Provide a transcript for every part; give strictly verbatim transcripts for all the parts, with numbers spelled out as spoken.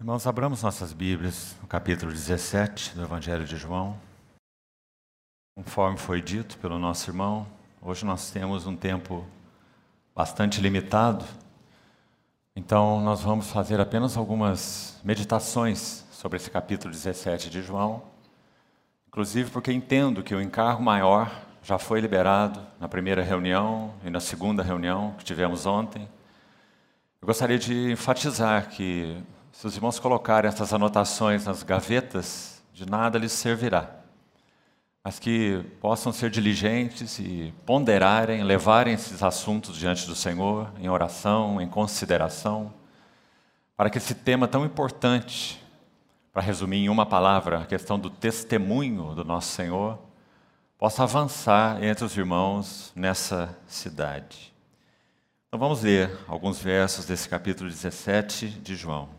Irmãos, abramos nossas Bíblias no capítulo dezessete do Evangelho de João. Conforme foi dito pelo nosso irmão, hoje nós temos um tempo bastante limitado, então nós vamos fazer apenas algumas meditações sobre esse capítulo dezessete de João, inclusive porque entendo que o encargo maior já foi liberado na primeira reunião e na segunda reunião que tivemos ontem. Eu gostaria de enfatizar que se os irmãos colocarem essas anotações nas gavetas, de nada lhes servirá, mas que possam ser diligentes e ponderarem, levarem esses assuntos diante do Senhor, em oração, em consideração, para que esse tema tão importante, para resumir em uma palavra, a questão do testemunho do nosso Senhor, possa avançar entre os irmãos nessa cidade. Então vamos ler alguns versos desse capítulo dezessete de João.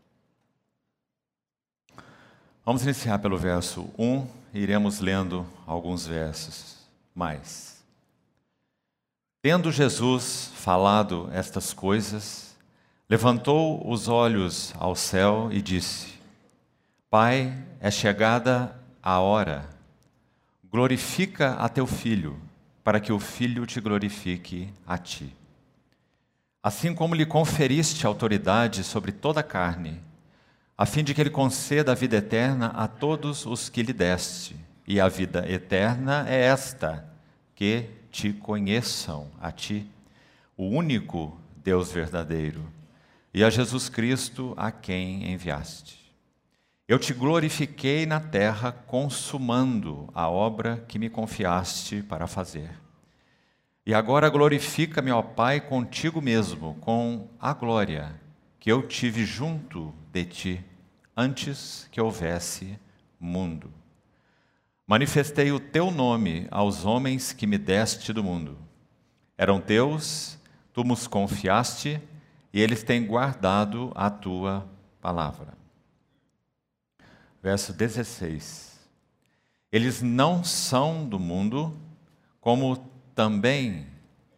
Vamos iniciar pelo verso um e iremos lendo alguns versos mais. Tendo Jesus falado estas coisas, levantou os olhos ao céu e disse: Pai, é chegada a hora. Glorifica a teu Filho, para que o Filho te glorifique a ti. Assim como lhe conferiste autoridade sobre toda a carne, a fim de que ele conceda a vida eterna a todos os que lhe deste. E a vida eterna é esta, que te conheçam a ti, o único Deus verdadeiro, e a Jesus Cristo a quem enviaste. Eu te glorifiquei na terra, consumando a obra que me confiaste para fazer. E agora glorifica-me, ó Pai, contigo mesmo, com a glória que eu tive junto de ti, antes que houvesse mundo. Manifestei o teu nome aos homens que me deste do mundo. Eram teus, tu nos confiaste, e eles têm guardado a tua palavra. Verso dezesseis. Eles não são do mundo, como também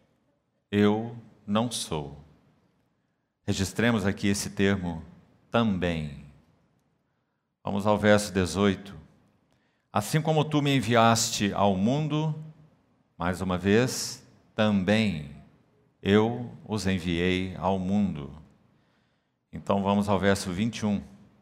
eu não sou. Registremos aqui esse termo, também. Vamos ao verso dezoito. Assim como tu me enviaste ao mundo, mais uma vez, também eu os enviei ao mundo. Então vamos ao verso vinte e um.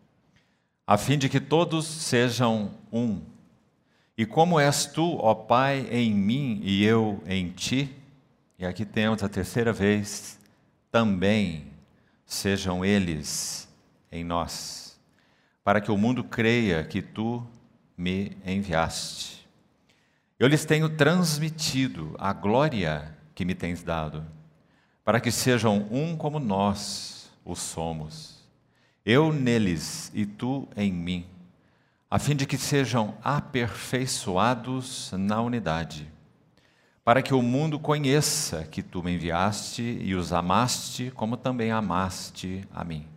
A fim de que todos sejam um. E como és tu, ó Pai, em mim e eu em ti, e aqui temos a terceira vez, também sejam eles em nós, para que o mundo creia que tu me enviaste. Eu lhes tenho transmitido a glória que me tens dado, para que sejam um como nós o somos, eu neles e tu em mim, a fim de que sejam aperfeiçoados na unidade, para que o mundo conheça que tu me enviaste e os amaste, como também amaste a mim.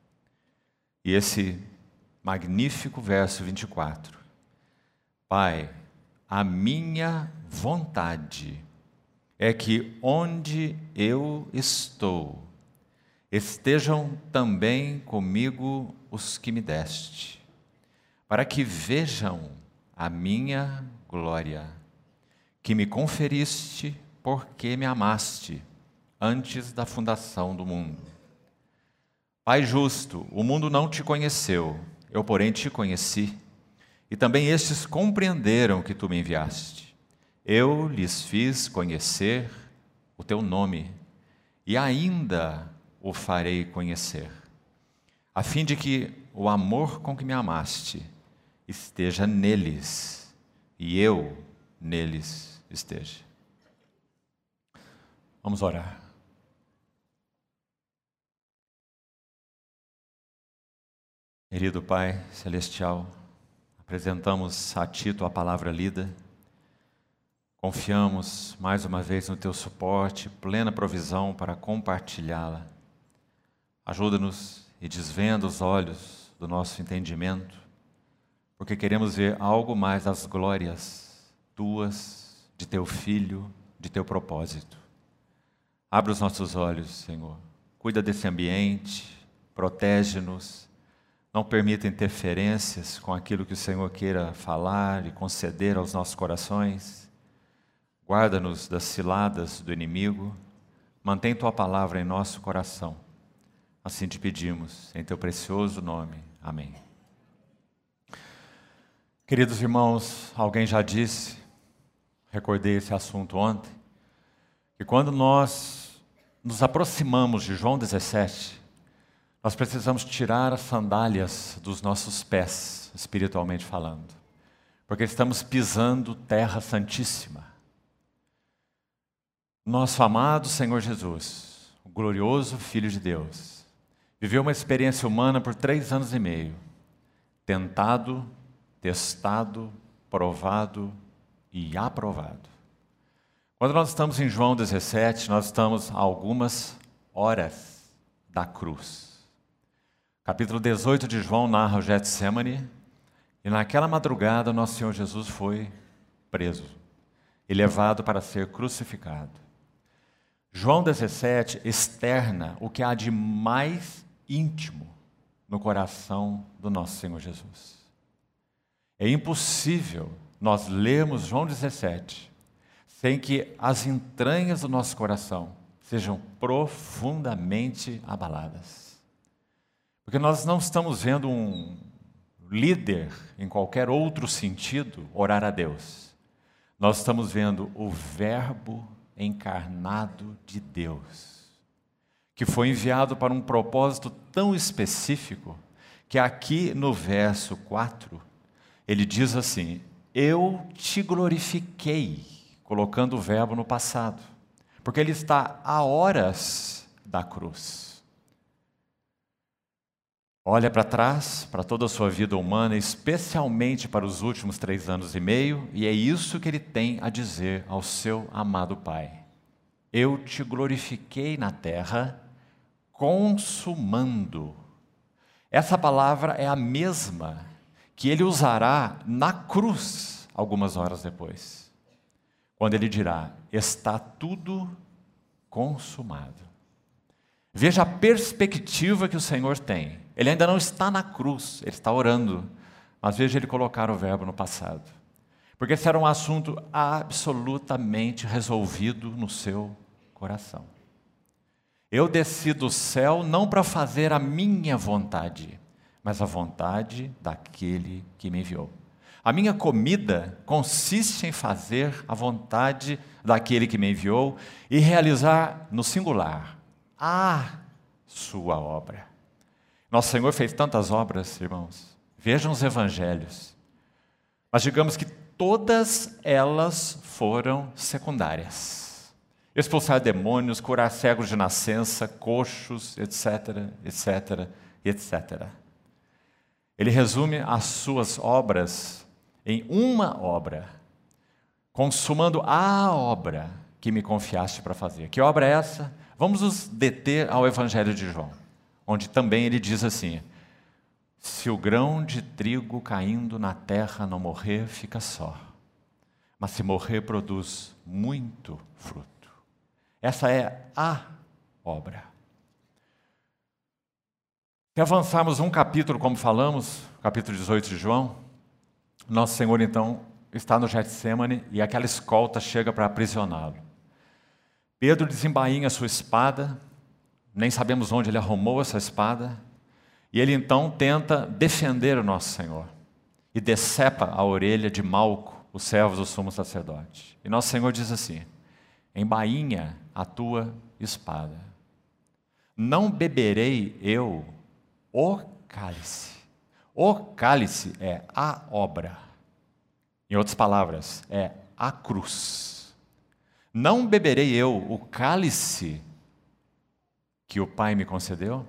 E esse magnífico verso vinte e quatro. Pai, a minha vontade é que onde eu estou, estejam também comigo os que me deste, para que vejam a minha glória, que me conferiste porque me amaste antes da fundação do mundo. Pai justo, o mundo não te conheceu, eu porém te conheci, e também estes compreenderam que tu me enviaste. Eu lhes fiz conhecer o teu nome, e ainda o farei conhecer, a fim de que o amor com que me amaste esteja neles, e eu neles esteja. Vamos orar. Querido Pai Celestial, apresentamos a Ti Tua palavra lida, confiamos mais uma vez no Teu suporte, plena provisão para compartilhá-la. Ajuda-nos e desvenda os olhos do nosso entendimento, porque queremos ver algo mais das glórias Tuas, de Teu Filho, de Teu propósito. Abre os nossos olhos, Senhor. Cuida desse ambiente, protege-nos, Não permita interferências com aquilo que o Senhor queira falar e conceder aos nossos corações. Guarda-nos das ciladas do inimigo. Mantém Tua palavra em nosso coração. Assim te pedimos, em Teu precioso nome. Amém. Queridos irmãos, alguém já disse, recordei esse assunto ontem, que quando nós nos aproximamos de João dezessete, nós precisamos tirar as sandálias dos nossos pés, espiritualmente falando, porque estamos pisando terra santíssima. Nosso amado Senhor Jesus, o glorioso Filho de Deus, viveu uma experiência humana por três anos e meio, tentado, testado, provado e aprovado. Quando nós estamos em João dezessete, nós estamos a algumas horas da cruz. Capítulo dezoito de João narra o Getsêmani, e naquela madrugada nosso Senhor Jesus foi preso e levado para ser crucificado. João dezessete externa o que há de mais íntimo no coração do nosso Senhor Jesus. É impossível nós lermos João dezessete sem que as entranhas do nosso coração sejam profundamente abaladas. Porque nós não estamos vendo um líder, em qualquer outro sentido, orar a Deus. Nós estamos vendo o Verbo encarnado de Deus, que foi enviado para um propósito tão específico, que aqui no verso quatro, ele diz assim: eu te glorifiquei, colocando o verbo no passado, porque ele está a horas da cruz. Olha para trás, para toda a sua vida humana, especialmente para os últimos três anos e meio, e é isso que ele tem a dizer ao seu amado Pai. Eu te glorifiquei na terra, consumando. Essa palavra é a mesma que ele usará na cruz, algumas horas depois, quando ele dirá, está tudo consumado. Veja a perspectiva que o Senhor tem. Ele ainda não está na cruz, ele está orando, mas veja ele colocar o verbo no passado. Porque esse era um assunto absolutamente resolvido no seu coração. Eu desci do céu não para fazer a minha vontade, mas a vontade daquele que me enviou. A minha comida consiste em fazer a vontade daquele que me enviou e realizar no singular a sua obra. Nosso Senhor fez tantas obras, irmãos. Vejam os evangelhos. Mas digamos que todas elas foram secundárias. Expulsar demônios, curar cegos de nascença, coxos, etc, etc, etcétera. Ele resume as suas obras em uma obra, consumando a obra que me confiaste para fazer. Que obra é essa? Vamos nos deter ao Evangelho de João, onde também ele diz assim: se o grão de trigo caindo na terra não morrer, fica só, mas se morrer, produz muito fruto. Essa é a obra. Se avançarmos um capítulo, como falamos, capítulo dezoito de João, nosso Senhor então está no Getsêmani e aquela escolta chega para aprisioná-lo. Pedro desembainha sua espada, nem sabemos onde ele arrumou essa espada, e ele então tenta defender o nosso Senhor, e decepa a orelha de Malco, o servo do sumo sacerdote. E nosso Senhor diz assim: embainha a tua espada. Não beberei eu o cálice. O cálice é a obra. Em outras palavras, é a cruz. Não beberei eu o cálice que o Pai me concedeu?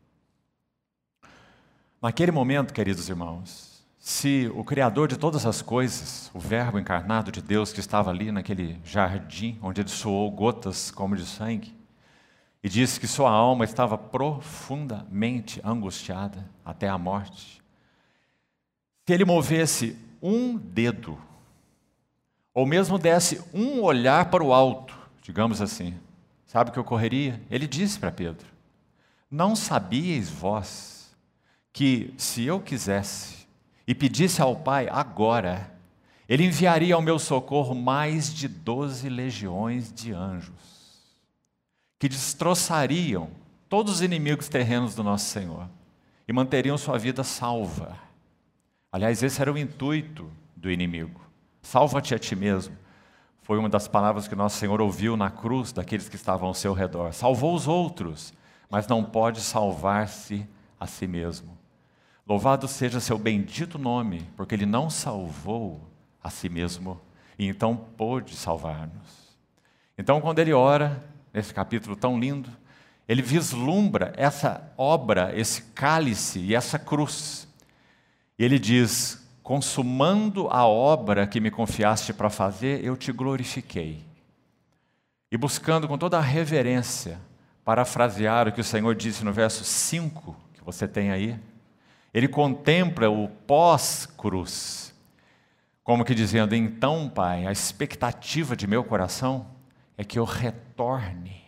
Naquele momento, queridos irmãos, se o Criador de todas as coisas, o Verbo encarnado de Deus que estava ali naquele jardim, onde ele suou gotas como de sangue, e disse que sua alma estava profundamente angustiada até a morte, se ele movesse um dedo, ou mesmo desse um olhar para o alto, digamos assim, sabe o que ocorreria? Ele disse para Pedro: não sabíeis vós que, se eu quisesse e pedisse ao Pai agora, Ele enviaria ao meu socorro mais de doze legiões de anjos, que destroçariam todos os inimigos terrenos do nosso Senhor e manteriam sua vida salva. Aliás, esse era o intuito do inimigo. Salva-te a ti mesmo. Foi uma das palavras que nosso Senhor ouviu na cruz daqueles que estavam ao seu redor. Salvou os outros, mas não pode salvar-se a si mesmo. Louvado seja seu bendito nome, porque Ele não salvou a si mesmo e então pôde salvar-nos. Então, quando Ele ora, nesse capítulo tão lindo, Ele vislumbra essa obra, esse cálice e essa cruz. E Ele diz: consumando a obra que me confiaste para fazer, eu te glorifiquei. E buscando com toda a reverência, parafrasear o que o Senhor disse no verso cinco, que você tem aí, Ele contempla o pós-cruz, como que dizendo: então, Pai, a expectativa de meu coração é que eu retorne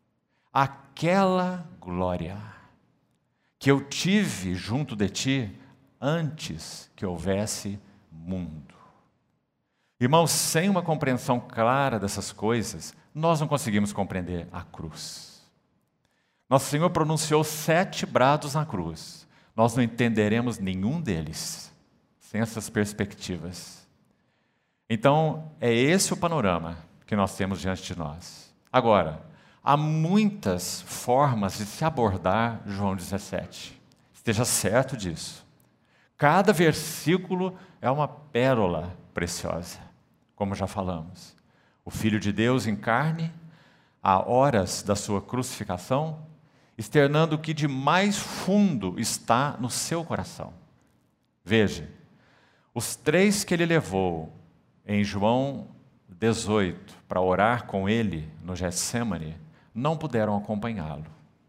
àquela glória que eu tive junto de Ti antes que houvesse mundo. Irmãos, sem uma compreensão clara dessas coisas, nós não conseguimos compreender a cruz. Nosso Senhor pronunciou sete brados na cruz. Nós não entenderemos nenhum deles sem essas perspectivas. Então, é esse o panorama que nós temos diante de nós. Agora, há muitas formas de se abordar João dezessete. Esteja certo disso. Cada versículo é uma pérola preciosa, como já falamos. O Filho de Deus em carne, a horas da sua crucificação, externando o que de mais fundo está no seu coração. Veja, os três que ele levou em João dezoito para orar com ele no Getsêmani não puderam acompanhá-lo.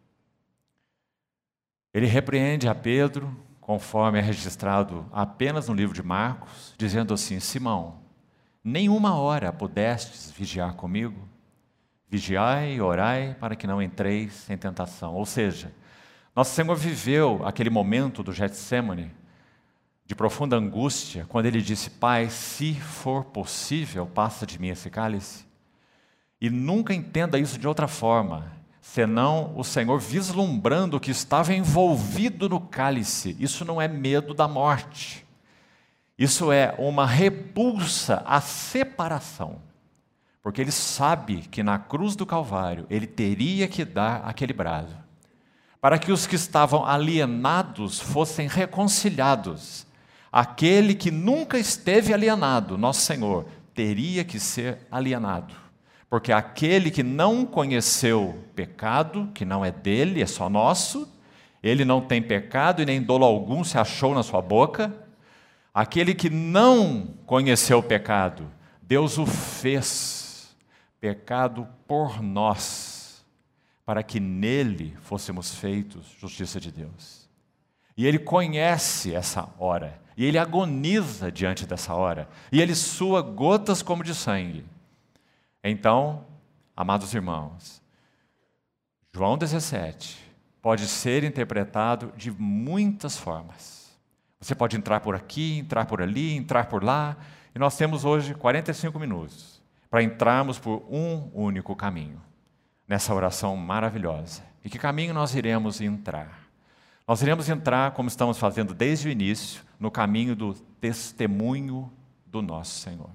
Ele repreende a Pedro, conforme é registrado apenas no livro de Marcos, dizendo assim: Simão, nenhuma hora pudestes vigiar comigo? Vigiai e orai para que não entreis em tentação. Ou seja, nosso Senhor viveu aquele momento do Getsêmani, de profunda angústia, quando Ele disse: Pai, se for possível, passa de mim esse cálice. E nunca entenda isso de outra forma, senão o Senhor vislumbrando o que estava envolvido no cálice. Isso não é medo da morte. Isso é uma repulsa à separação. Porque Ele sabe que na cruz do Calvário Ele teria que dar aquele brado, para que os que estavam alienados fossem reconciliados. Aquele que nunca esteve alienado, nosso Senhor, teria que ser alienado. Porque aquele que não conheceu pecado, que não é dele, é só nosso, ele não tem pecado e nem dolo algum se achou na sua boca. Aquele que não conheceu pecado, Deus o fez pecado por nós, para que nele fôssemos feitos justiça de Deus. E Ele conhece essa hora, e Ele agoniza diante dessa hora, e Ele sua gotas como de sangue. Então, amados irmãos, João dezessete pode ser interpretado de muitas formas. Você pode entrar por aqui, entrar por ali, entrar por lá, e nós temos hoje quarenta e cinco minutos para entrarmos por um único caminho, nessa oração maravilhosa. E que caminho nós iremos entrar? Nós iremos entrar, como estamos fazendo desde o início, no caminho do testemunho do nosso Senhor.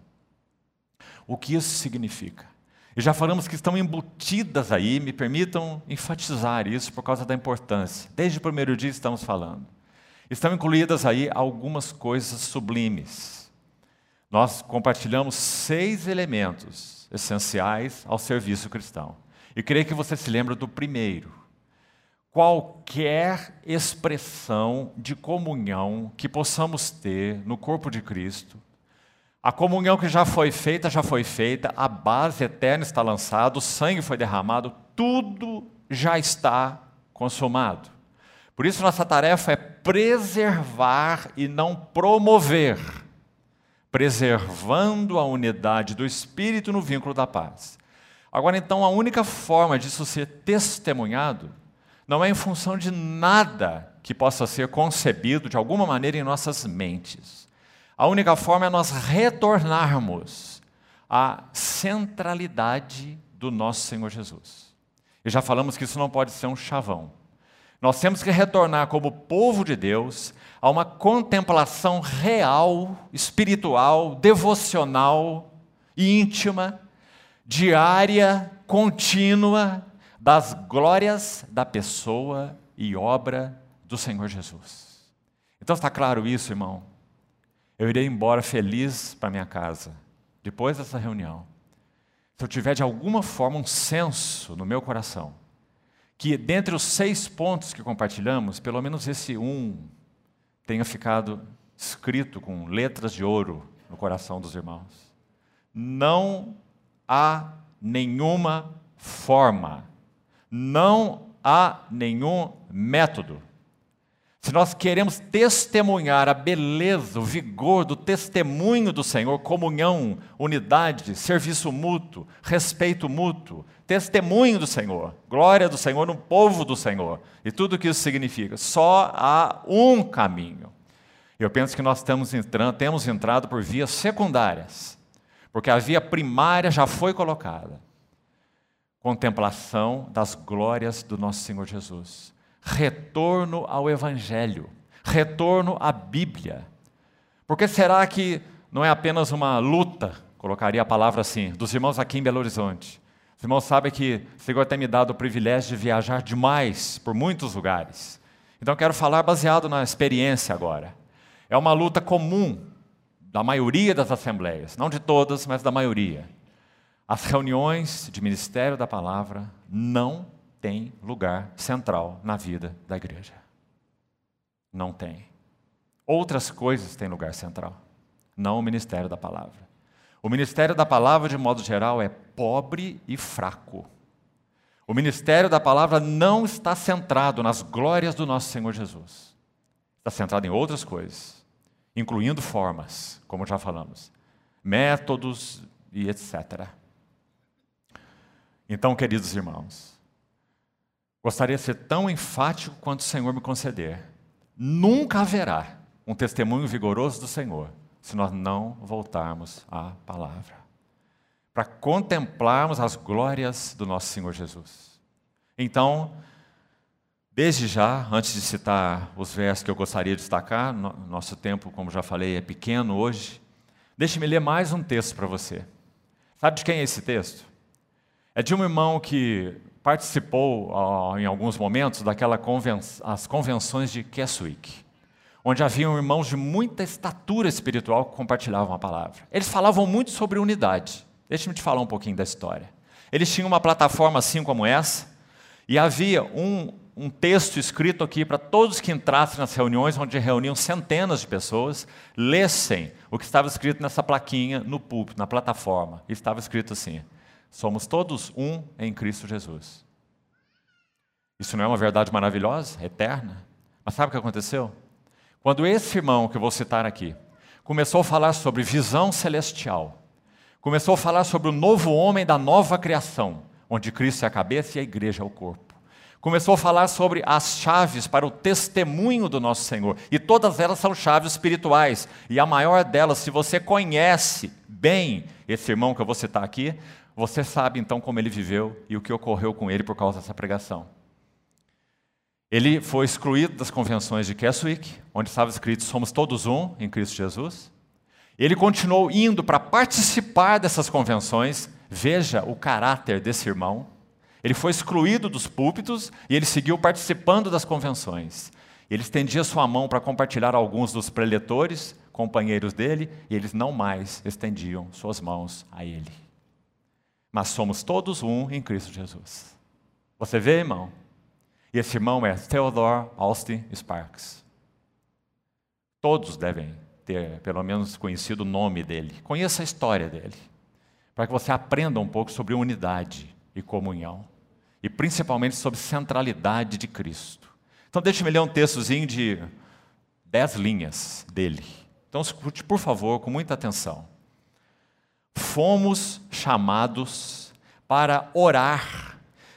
O que isso significa? E já falamos que estão embutidas aí, me permitam enfatizar isso por causa da importância. Desde o primeiro dia estamos falando. Estão incluídas aí algumas coisas sublimes. Nós compartilhamos seis elementos essenciais ao serviço cristão. E creio que você se lembra do primeiro. Qualquer expressão de comunhão que possamos ter no corpo de Cristo, a comunhão que já foi feita, já foi feita, a base eterna está lançada, o sangue foi derramado, tudo já está consumado. Por isso nossa tarefa é preservar e não promover, preservando a unidade do Espírito no vínculo da paz. Agora então, a única forma disso ser testemunhado não é em função de nada que possa ser concebido de alguma maneira em nossas mentes. A única forma é nós retornarmos à centralidade do nosso Senhor Jesus. E já falamos que isso não pode ser um chavão. Nós temos que retornar como povo de Deus a uma contemplação real, espiritual, devocional, íntima, diária, contínua, das glórias da pessoa e obra do Senhor Jesus. Então está claro isso, irmão? Eu irei embora feliz para minha casa, depois dessa reunião. Se eu tiver de alguma forma um senso no meu coração, que dentre os seis pontos que compartilhamos, pelo menos esse um tenha ficado escrito com letras de ouro no coração dos irmãos. Não há nenhuma forma, não há nenhum método. Se nós queremos testemunhar a beleza, o vigor do testemunho do Senhor, comunhão, unidade, serviço mútuo, respeito mútuo, testemunho do Senhor, glória do Senhor no povo do Senhor, e tudo o que isso significa, só há um caminho. Eu penso que nós estamos entrando, temos entrado por vias secundárias, porque a via primária já foi colocada. Contemplação das glórias do nosso Senhor Jesus. Retorno ao Evangelho, retorno à Bíblia. Porque será que não é apenas uma luta, colocaria a palavra assim, dos irmãos aqui em Belo Horizonte? Os irmãos sabem que o Senhor tem me dado o privilégio de viajar demais por muitos lugares. Então quero falar baseado na experiência agora. É uma luta comum da maioria das assembleias, não de todas, mas da maioria. As reuniões de ministério da palavra não tem lugar central na vida da igreja. Não tem. Outras coisas têm lugar central, não o ministério da palavra. O ministério da palavra, de modo geral, é pobre e fraco. O ministério da palavra não está centrado nas glórias do nosso Senhor Jesus. Está centrado em outras coisas, incluindo formas, como já falamos, métodos e etcétera. Então, queridos irmãos, gostaria de ser tão enfático quanto o Senhor me conceder. Nunca haverá um testemunho vigoroso do Senhor se nós não voltarmos à palavra, para contemplarmos as glórias do nosso Senhor Jesus. Então, desde já, antes de citar os versos que eu gostaria de destacar, no, nosso tempo, como já falei, é pequeno hoje, deixe-me ler mais um texto para você. Sabe de quem é esse texto? É de um irmão que participou, ó, em alguns momentos, daquelas conven as convenções de Keswick, onde haviam irmãos de muita estatura espiritual que compartilhavam a palavra. Eles falavam muito sobre unidade. Deixa-me te falar um pouquinho da história. Eles tinham uma plataforma assim como essa, e havia um, um texto escrito aqui para todos que entrassem nas reuniões, onde reuniam centenas de pessoas, lessem o que estava escrito nessa plaquinha no púlpito, na plataforma. E estava escrito assim: somos todos um em Cristo Jesus. Isso não é uma verdade maravilhosa, eterna? Mas sabe o que aconteceu? Quando esse irmão, que eu vou citar aqui, começou a falar sobre visão celestial, começou a falar sobre o novo homem da nova criação, onde Cristo é a cabeça e a igreja é o corpo. Começou a falar sobre as chaves para o testemunho do nosso Senhor. E todas elas são chaves espirituais. E a maior delas, se você conhece bem esse irmão que eu vou citar aqui, você sabe então como ele viveu e o que ocorreu com ele por causa dessa pregação. Ele foi excluído das convenções de Keswick, onde estava escrito: somos todos um em Cristo Jesus. Ele continuou indo para participar dessas convenções. Veja o caráter desse irmão. Ele foi excluído dos púlpitos e ele seguiu participando das convenções. Ele estendia sua mão para compartilhar alguns dos preletores, companheiros dele, e eles não mais estendiam suas mãos a ele. Mas somos todos um em Cristo Jesus. Você vê, irmão? E esse irmão é Theodore Austin Sparks. Todos devem ter, pelo menos, conhecido o nome dele. Conheça a história dele, para que você aprenda um pouco sobre unidade e comunhão, e principalmente sobre centralidade de Cristo. Então, deixe-me ler um textozinho de dez linhas dele. Então, escute, por favor, com muita atenção. Fomos chamados para orar,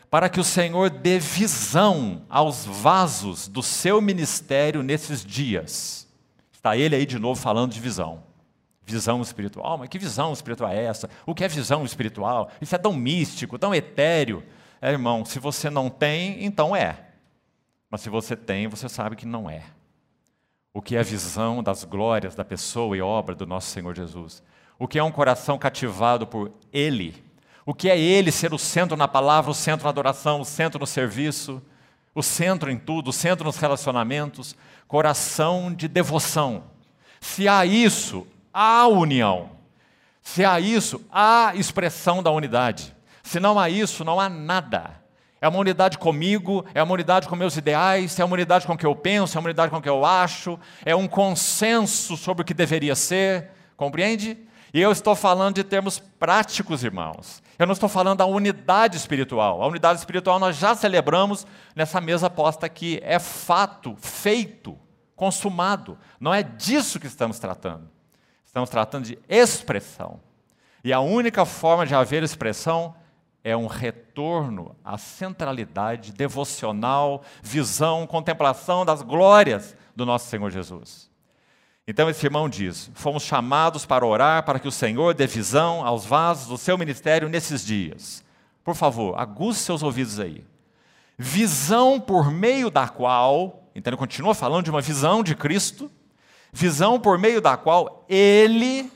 para que o Senhor dê visão aos vasos do seu ministério nesses dias. Está ele aí de novo falando de visão. Visão espiritual. Mas que visão espiritual é essa? O que é visão espiritual? Isso é tão místico, tão etéreo. É, irmão, se você não tem, então é. Mas se você tem, você sabe que não é. O que é a visão das glórias da pessoa e obra do nosso Senhor Jesus? O que é um coração cativado por Ele? O que é Ele ser o centro na palavra, o centro na adoração, o centro no serviço, o centro em tudo, o centro nos relacionamentos? Coração de devoção. Se há isso, há união. Se há isso, há expressão da unidade. Se não há isso, não há nada. É uma unidade comigo, é uma unidade com meus ideais, é uma unidade com o que eu penso, é uma unidade com o que eu acho, é um consenso sobre o que deveria ser, compreende? E eu estou falando de termos práticos, irmãos. Eu não estou falando da unidade espiritual. A unidade espiritual nós já celebramos nessa mesa posta aqui. É fato, feito, consumado. Não é disso que estamos tratando. Estamos tratando de expressão. E a única forma de haver expressão é um retorno à centralidade devocional, visão, contemplação das glórias do nosso Senhor Jesus. Então esse irmão diz, fomos chamados para orar para que o Senhor dê visão aos vasos do seu ministério nesses dias. Por favor, aguce seus ouvidos aí. Visão por meio da qual, então ele continua falando de uma visão de Cristo, visão por meio da qual Ele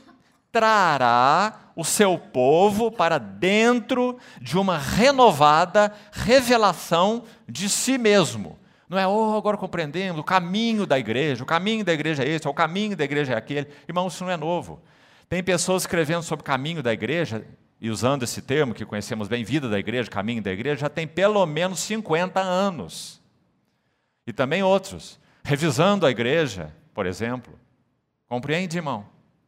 trará o seu povo para dentro de uma renovada revelação de si mesmo. Não é, oh, agora compreendemos o caminho da igreja, o caminho da igreja é esse, o caminho da igreja é aquele. Irmão, isso não é novo. Tem pessoas escrevendo sobre o caminho da igreja, e usando esse termo que conhecemos bem, vida da igreja, caminho da igreja, já tem pelo menos cinquenta anos. E também outros, revisando a igreja, por exemplo. Compreende, irmão?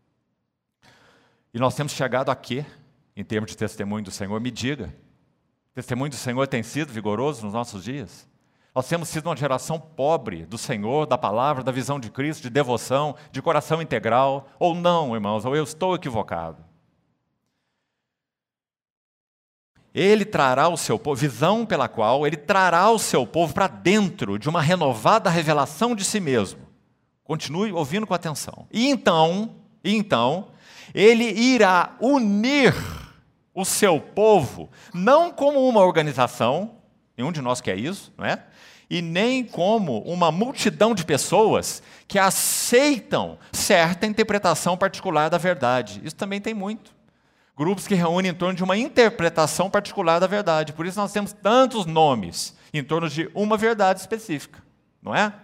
E nós temos chegado a quê, em termos de testemunho do Senhor? Me diga. O testemunho do Senhor tem sido vigoroso nos nossos dias? Nós temos sido uma geração pobre do Senhor, da palavra, da visão de Cristo, de devoção, de coração integral, ou não, irmãos, ou eu estou equivocado. Ele trará o seu povo, visão pela qual ele trará o seu povo para dentro de uma renovada revelação de si mesmo. Continue ouvindo com atenção. E então, e então, ele irá unir o seu povo, não como uma organização, nenhum de nós quer isso, não é? E nem como uma multidão de pessoas que aceitam certa interpretação particular da verdade. Isso também tem muito. Grupos que reúnem em torno de uma interpretação particular da verdade. Por isso nós temos tantos nomes em torno de uma verdade específica, não é?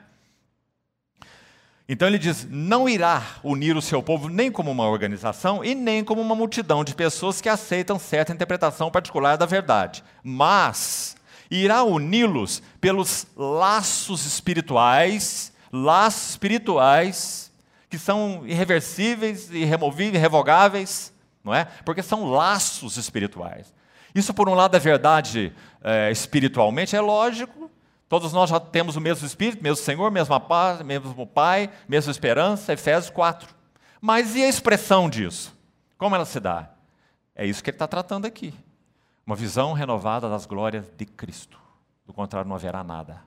Então ele diz, não irá unir o seu povo nem como uma organização e nem como uma multidão de pessoas que aceitam certa interpretação particular da verdade, mas irá uni-los pelos laços espirituais, laços espirituais que são irreversíveis, irremovíveis, irrevogáveis, não é? Porque são laços espirituais. Isso, por um lado, é verdade é, espiritualmente, é lógico. Todos nós já temos o mesmo Espírito, mesmo Senhor, mesma paz, mesmo Pai, mesma esperança, Efésios quatro. Mas e a expressão disso? Como ela se dá? É isso que ele está tratando aqui. Uma visão renovada das glórias de Cristo. Do contrário, não haverá nada.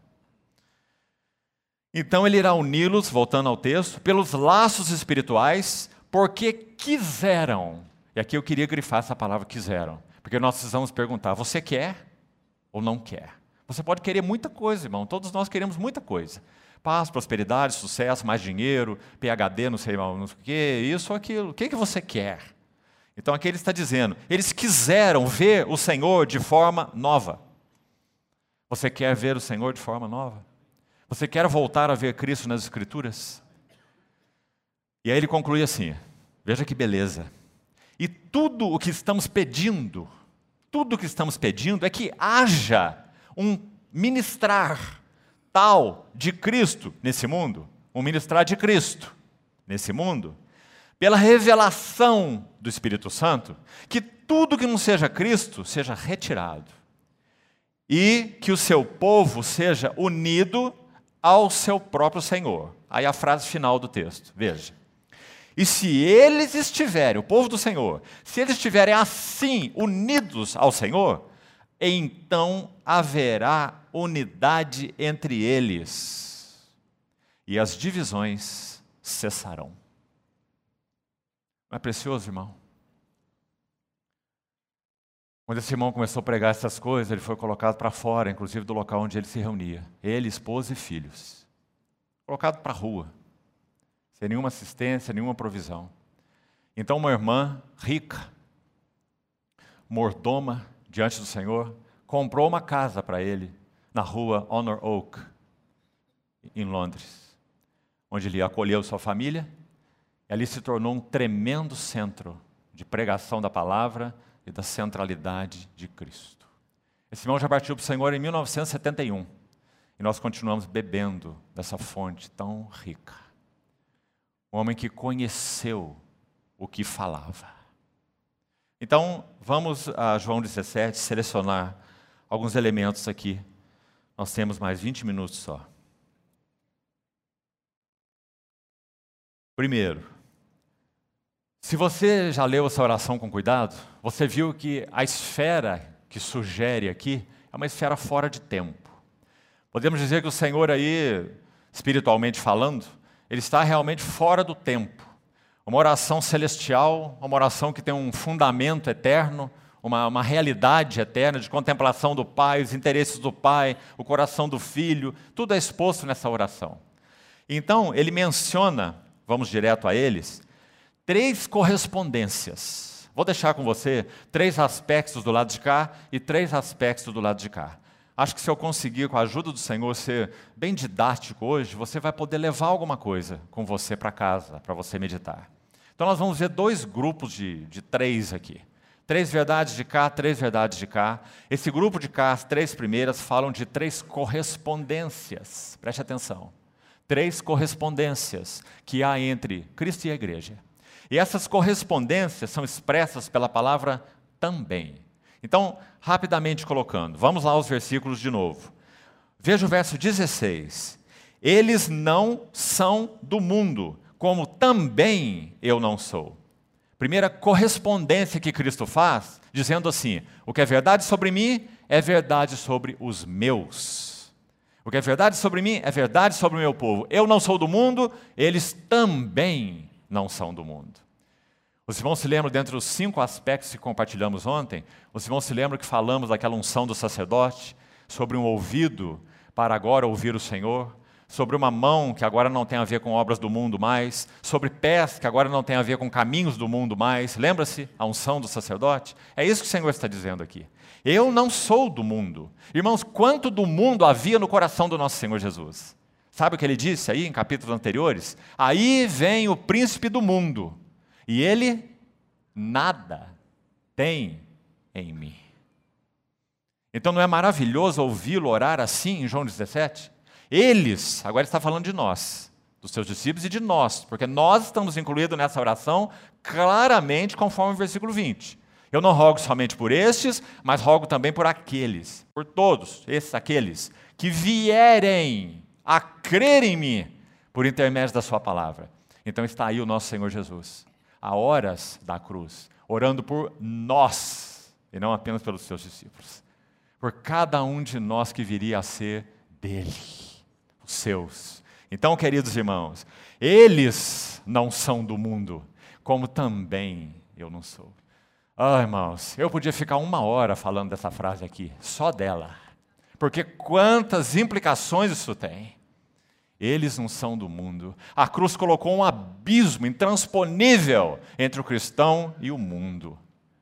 Então ele irá uni-los, voltando ao texto, pelos laços espirituais, porque quiseram. E aqui eu queria grifar essa palavra quiseram. Porque nós precisamos perguntar, você quer ou não quer? Você pode querer muita coisa, irmão. Todos nós queremos muita coisa. Paz, prosperidade, sucesso, mais dinheiro, P H D, não sei não sei o que, isso ou aquilo. O que, que você quer? Então aqui ele está dizendo, eles quiseram ver o Senhor de forma nova. Você quer ver o Senhor de forma nova? Você quer voltar a ver Cristo nas Escrituras? E aí ele conclui assim, veja que beleza. E tudo o que estamos pedindo, tudo o que estamos pedindo é que haja um ministrar tal de Cristo nesse mundo, um ministrar de Cristo nesse mundo, pela revelação do Espírito Santo, que tudo que não seja Cristo seja retirado e que o seu povo seja unido ao seu próprio Senhor. Aí a frase final do texto, veja. E se eles estiverem, o povo do Senhor, se eles estiverem assim unidos ao Senhor, então haverá unidade entre eles, e as divisões cessarão. Não é precioso, irmão? Quando esse irmão começou a pregar essas coisas, ele foi colocado para fora, inclusive do local onde ele se reunia. Ele, esposa e filhos. Colocado para a rua, sem nenhuma assistência, nenhuma provisão. Então uma irmã rica, mordoma diante do Senhor, comprou uma casa para ele na rua Honor Oak, em Londres, onde ele acolheu sua família, e ali se tornou um tremendo centro de pregação da palavra e da centralidade de Cristo. Esse irmão já partiu para o Senhor em mil novecentos e setenta e um, e nós continuamos bebendo dessa fonte tão rica. Um homem que conheceu o que falava. Então, vamos a João dezessete, selecionar alguns elementos aqui. Nós temos mais vinte minutos só. Primeiro, se você já leu essa oração com cuidado, você viu que a esfera que sugere aqui é uma esfera fora de tempo. Podemos dizer que o Senhor aí, espiritualmente falando, ele está realmente fora do tempo. Uma oração celestial, uma oração que tem um fundamento eterno, uma, uma realidade eterna de contemplação do Pai, os interesses do Pai, o coração do Filho, tudo é exposto nessa oração. Então, ele menciona, vamos direto a eles, três correspondências. Vou deixar com você três aspectos do lado de cá e três aspectos do lado de cá. Acho que se eu conseguir, com a ajuda do Senhor, ser bem didático hoje, você vai poder levar alguma coisa com você para casa, para você meditar. Então nós vamos ver dois grupos de, de três aqui. Três verdades de cá, três verdades de cá. Esse grupo de cá, as três primeiras, falam de três correspondências. Preste atenção. Três correspondências que há entre Cristo e a igreja. E essas correspondências são expressas pela palavra também. Então, rapidamente colocando, vamos lá aos versículos de novo. Veja o verso dezesseis. Eles não são do mundo, como também eu não sou. Primeira correspondência que Cristo faz, dizendo assim, o que é verdade sobre mim, é verdade sobre os meus. O que é verdade sobre mim, é verdade sobre o meu povo. Eu não sou do mundo, eles também não são do mundo. Os irmãos se lembram, dentre os cinco aspectos que compartilhamos ontem, os irmãos se lembram que falamos daquela unção do sacerdote, sobre um ouvido para agora ouvir o Senhor, sobre uma mão que agora não tem a ver com obras do mundo mais, sobre pés que agora não tem a ver com caminhos do mundo mais. Lembra-se a unção do sacerdote? É isso que o Senhor está dizendo aqui. Eu não sou do mundo. Irmãos, quanto do mundo havia no coração do nosso Senhor Jesus? Sabe o que ele disse aí em capítulos anteriores? Aí vem o príncipe do mundo, e ele nada tem em mim. Então não é maravilhoso ouvi-lo orar assim em João dezessete? Eles, agora está falando de nós, dos seus discípulos e de nós, porque nós estamos incluídos nessa oração claramente conforme o versículo vinte. Eu não rogo somente por estes, mas rogo também por aqueles, por todos, esses, aqueles, que vierem a crer em mim por intermédio da sua palavra. Então está aí o nosso Senhor Jesus, a horas da cruz, orando por nós, e não apenas pelos seus discípulos, por cada um de nós que viria a ser dele, os seus. Então, queridos irmãos, eles não são do mundo, como também eu não sou. Ah, irmãos, eu podia ficar uma hora falando dessa frase aqui, só dela, porque quantas implicações isso tem. Eles não são do mundo. A cruz colocou um abismo intransponível entre o cristão e o mundo.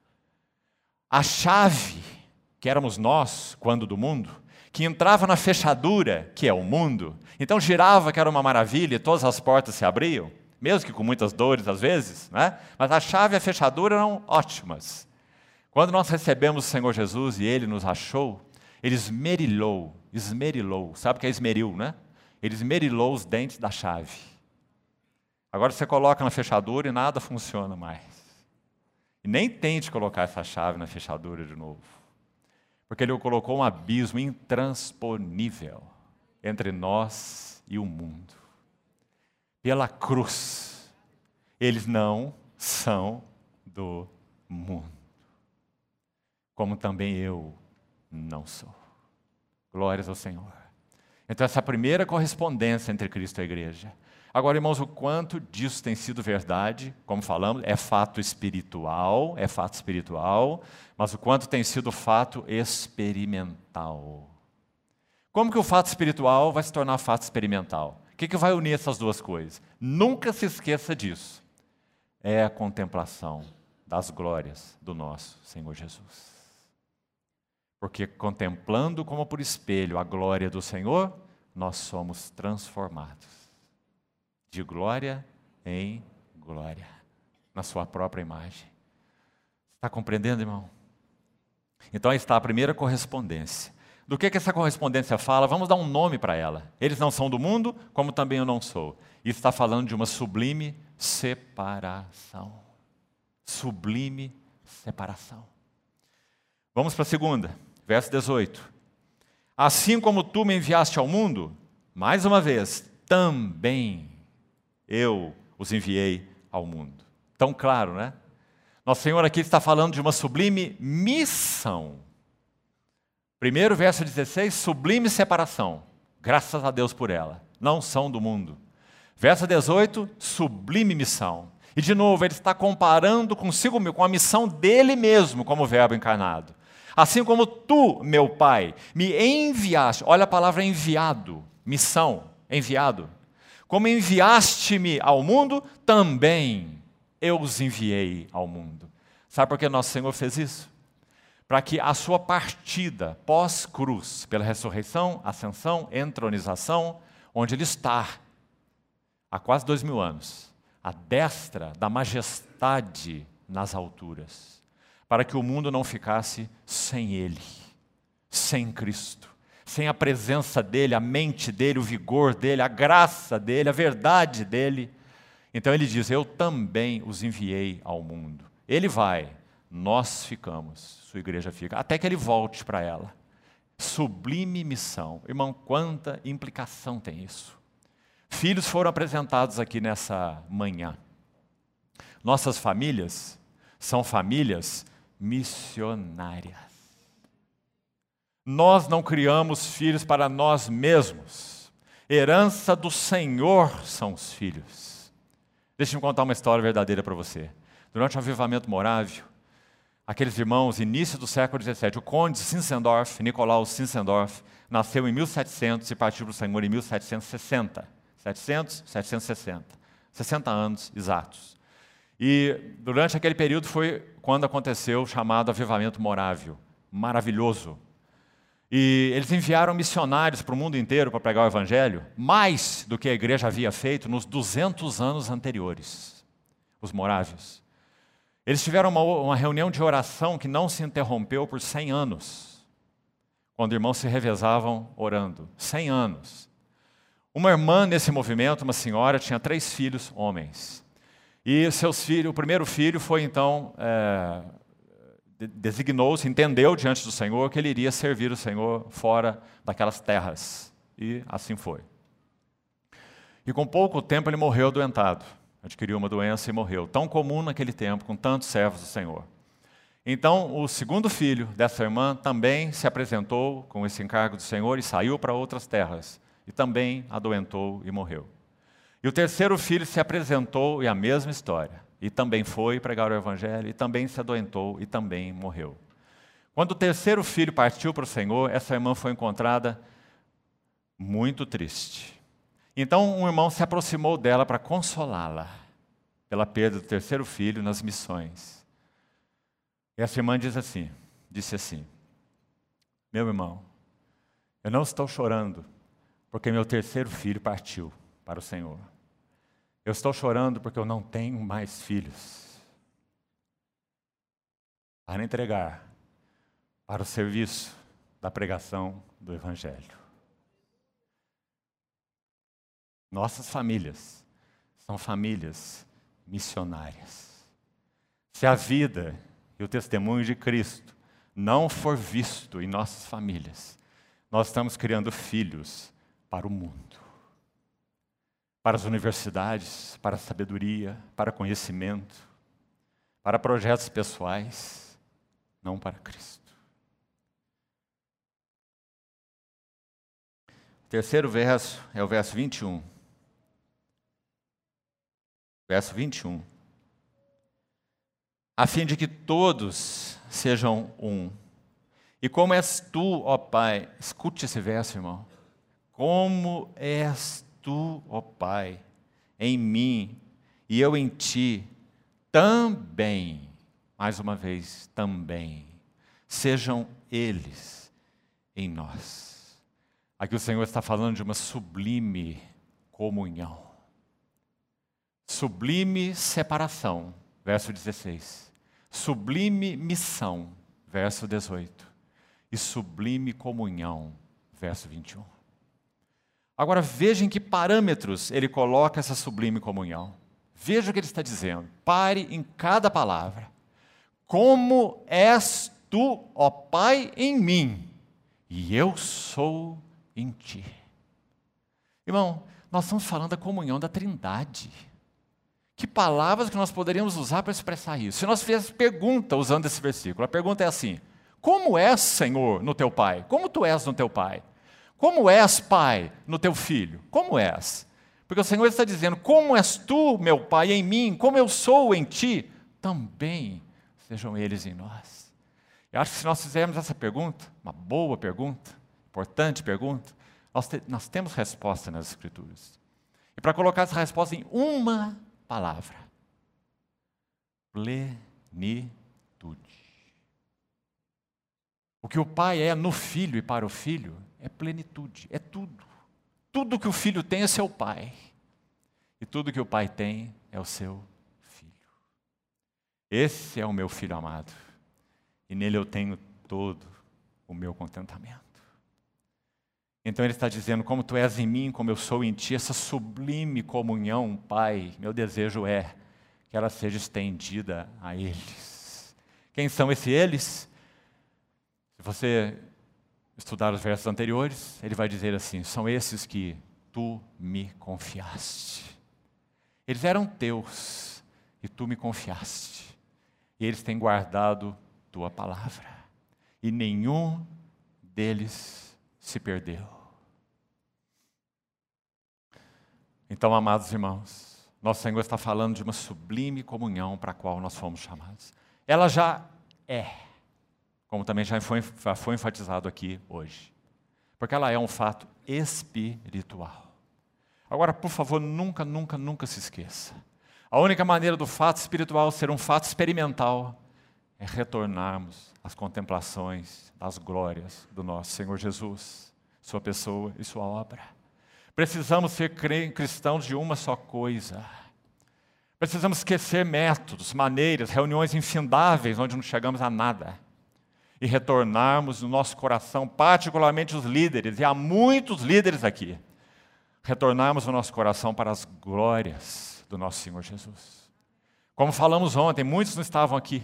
A chave, que éramos nós, quando do mundo, que entrava na fechadura, que é o mundo, então girava, que era uma maravilha, e todas as portas se abriam, mesmo que com muitas dores às vezes, né? Mas a chave e a fechadura eram ótimas. Quando nós recebemos o Senhor Jesus e Ele nos achou, Ele esmerilhou, esmerilhou, sabe o que é esmeril, né? Ele esmerilhou os dentes da chave. Agora você coloca na fechadura e nada funciona mais. E nem tente colocar essa chave na fechadura de novo. Porque Ele colocou um abismo intransponível entre nós e o mundo. Pela cruz, eles não são do mundo. Como também eu não sou. Glórias ao Senhor. Então essa é a primeira correspondência entre Cristo e a igreja. Agora, irmãos, o quanto disso tem sido verdade, como falamos, é fato espiritual, é fato espiritual, mas o quanto tem sido fato experimental. Como que o fato espiritual vai se tornar fato experimental? O que, que vai unir essas duas coisas? Nunca se esqueça disso. É a contemplação das glórias do nosso Senhor Jesus. Porque contemplando como por espelho a glória do Senhor, nós somos transformados. De glória em glória, na sua própria imagem. Está compreendendo, irmão? Então aí está a primeira correspondência. Do que, que essa correspondência fala? Vamos dar um nome para ela. Eles não são do mundo, como também eu não sou. Isso está falando de uma sublime separação. Sublime separação. Vamos para a segunda, verso dezoito. Assim como tu me enviaste ao mundo, mais uma vez, também eu os enviei ao mundo. Tão claro, né? Nosso Senhor aqui está falando de uma sublime missão. Primeiro, verso dezesseis, sublime separação. Graças a Deus por ela. Não são do mundo. Verso dezoito, sublime missão. E de novo, ele está comparando consigo, com a missão dele mesmo, como verbo encarnado. Assim como tu, meu Pai, me enviaste. Olha a palavra enviado. Missão, enviado. Como enviaste-me ao mundo, também eu os enviei ao mundo. Sabe por que nosso Senhor fez isso? Para que a sua partida pós-cruz, pela ressurreição, ascensão, entronização, onde ele está, há quase dois mil anos, à destra da majestade nas alturas, para que o mundo não ficasse sem ele, sem Cristo. Sem a presença dele, a mente dele, o vigor dele, a graça dele, a verdade dele. Então ele diz, eu também os enviei ao mundo. Ele vai, nós ficamos, sua igreja fica, até que ele volte para ela. Sublime missão. Irmão, quanta implicação tem isso. Filhos foram apresentados aqui nessa manhã. Nossas famílias são famílias missionárias. Nós não criamos filhos para nós mesmos. Herança do Senhor são os filhos. Deixa-me contar uma história verdadeira para você. Durante o avivamento morávio, aqueles irmãos, início do século dezessete, o conde Zinzendorf, Nicolau Zinzendorf, nasceu em mil e setecentos e partiu para o Senhor em mil setecentos e sessenta. setecentos, setecentos e sessenta. sessenta anos exatos. E durante aquele período foi quando aconteceu o chamado avivamento morávio. Maravilhoso. E eles enviaram missionários para o mundo inteiro para pregar o evangelho, mais do que a igreja havia feito nos duzentos anos anteriores, os morávios. Eles tiveram uma, uma reunião de oração que não se interrompeu por cem anos, quando irmãos se revezavam orando, cem anos. Uma irmã nesse movimento, uma senhora, tinha três filhos homens. E seus filhos, o primeiro filho foi então... É, designou-se, entendeu diante do Senhor que ele iria servir o Senhor fora daquelas terras. E assim foi. E com pouco tempo ele morreu adoentado. Adquiriu uma doença e morreu. Tão comum naquele tempo, com tantos servos do Senhor. Então, o segundo filho dessa irmã também se apresentou com esse encargo do Senhor e saiu para outras terras. E também adoentou e morreu. E o terceiro filho se apresentou e a mesma história. E também foi pregar o evangelho, e também se adoentou, e também morreu. Quando o terceiro filho partiu para o Senhor, essa irmã foi encontrada muito triste. Então um irmão se aproximou dela para consolá-la pela perda do terceiro filho nas missões. E essa irmã diz assim, disse assim, meu irmão, eu não estou chorando porque meu terceiro filho partiu para o Senhor. Eu estou chorando porque eu não tenho mais filhos para entregar para o serviço da pregação do Evangelho. Nossas famílias são famílias missionárias. Se a vida e o testemunho de Cristo não for visto em nossas famílias, nós estamos criando filhos para o mundo. Para as universidades, para a sabedoria, para conhecimento, para projetos pessoais, não para Cristo. terceiro verso é o verso vinte e um. Verso vinte e um. A fim de que todos sejam um. E como és tu, ó Pai, escute esse verso, irmão. Como és tu, ó Pai, em mim e eu em ti, também, mais uma vez, também, sejam eles em nós. Aqui o Senhor está falando de uma sublime comunhão. Sublime separação, verso dezesseis. Sublime missão, verso dezoito. E sublime comunhão, verso vinte e um. Agora veja em que parâmetros ele coloca essa sublime comunhão. Veja o que ele está dizendo. Pare em cada palavra. Como és tu, ó Pai, em mim, e eu sou em ti. Irmão, nós estamos falando da comunhão da Trindade. Que palavras que nós poderíamos usar para expressar isso? Se nós fizéssemos pergunta usando esse versículo, a pergunta é assim: como és, Senhor, no teu Pai? Como tu és no teu Pai? Como és, Pai, no teu Filho? Como és? Porque o Senhor está dizendo, como és tu, meu Pai, em mim, como eu sou em ti, também sejam eles em nós. Eu acho que se nós fizermos essa pergunta, uma boa pergunta, importante pergunta, nós, te, nós temos resposta nas Escrituras. E para colocar essa resposta em uma palavra: plenitude. O que o Pai é no Filho e para o Filho é plenitude, é tudo. Tudo que o Filho tem é seu Pai. E tudo que o Pai tem é o seu Filho. Esse é o meu Filho amado. E nele eu tenho todo o meu contentamento. Então ele está dizendo, como tu és em mim, como eu sou em ti, essa sublime comunhão, Pai, meu desejo é que ela seja estendida a eles. Quem são esses eles? Se você estudar os versos anteriores, ele vai dizer assim, são esses que tu me confiaste. Eles eram teus e tu me confiaste. E eles têm guardado tua palavra. E nenhum deles se perdeu. Então, amados irmãos, nosso Senhor está falando de uma sublime comunhão para a qual nós fomos chamados. Ela já é, como também já foi, já foi enfatizado aqui hoje. Porque ela é um fato espiritual. Agora, por favor, nunca, nunca, nunca se esqueça. A única maneira do fato espiritual ser um fato experimental é retornarmos às contemplações das glórias do nosso Senhor Jesus, sua pessoa e sua obra. Precisamos ser cristãos de uma só coisa. Precisamos esquecer métodos, maneiras, reuniões infindáveis onde não chegamos a nada. E retornarmos no nosso coração, particularmente os líderes, e há muitos líderes aqui, retornarmos o nosso coração para as glórias do nosso Senhor Jesus. Como falamos ontem, muitos não estavam aqui.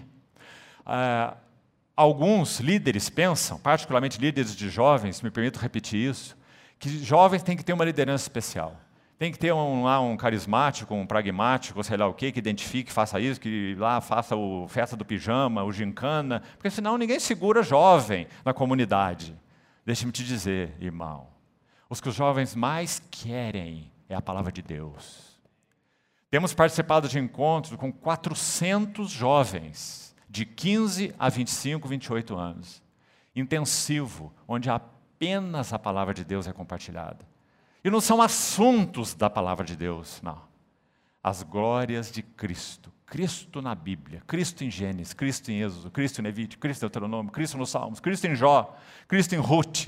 Ah, alguns líderes pensam, particularmente líderes de jovens, me permito repetir isso, que jovens têm que ter uma liderança especial. Tem que ter um, lá um carismático, um pragmático, sei lá o quê, que identifique, faça isso, que lá faça o festa do pijama, o gincana, porque senão ninguém segura jovem na comunidade. Deixe-me te dizer, irmão, os que os jovens mais querem é a palavra de Deus. Temos participado de encontros com quatrocentos jovens, de quinze a vinte e cinco, vinte e oito anos. Intensivo, onde apenas a palavra de Deus é compartilhada. E não são assuntos da palavra de Deus, não. As glórias de Cristo. Cristo na Bíblia, Cristo em Gênesis, Cristo em Êxodo, Cristo em Levítico, Cristo em Deuteronômio, Cristo nos Salmos, Cristo em Jó, Cristo em Ruth.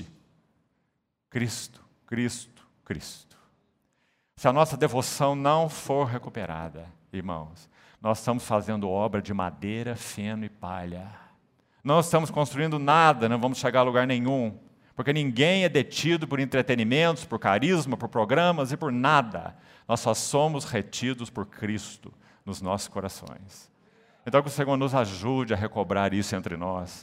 Cristo, Cristo, Cristo. Se a nossa devoção não for recuperada, irmãos, nós estamos fazendo obra de madeira, feno e palha. Não estamos construindo nada, não vamos chegar a lugar nenhum. Porque ninguém é detido por entretenimentos, por carisma, por programas e por nada. Nós só somos retidos por Cristo nos nossos corações. Então que o Senhor nos ajude a recobrar isso entre nós.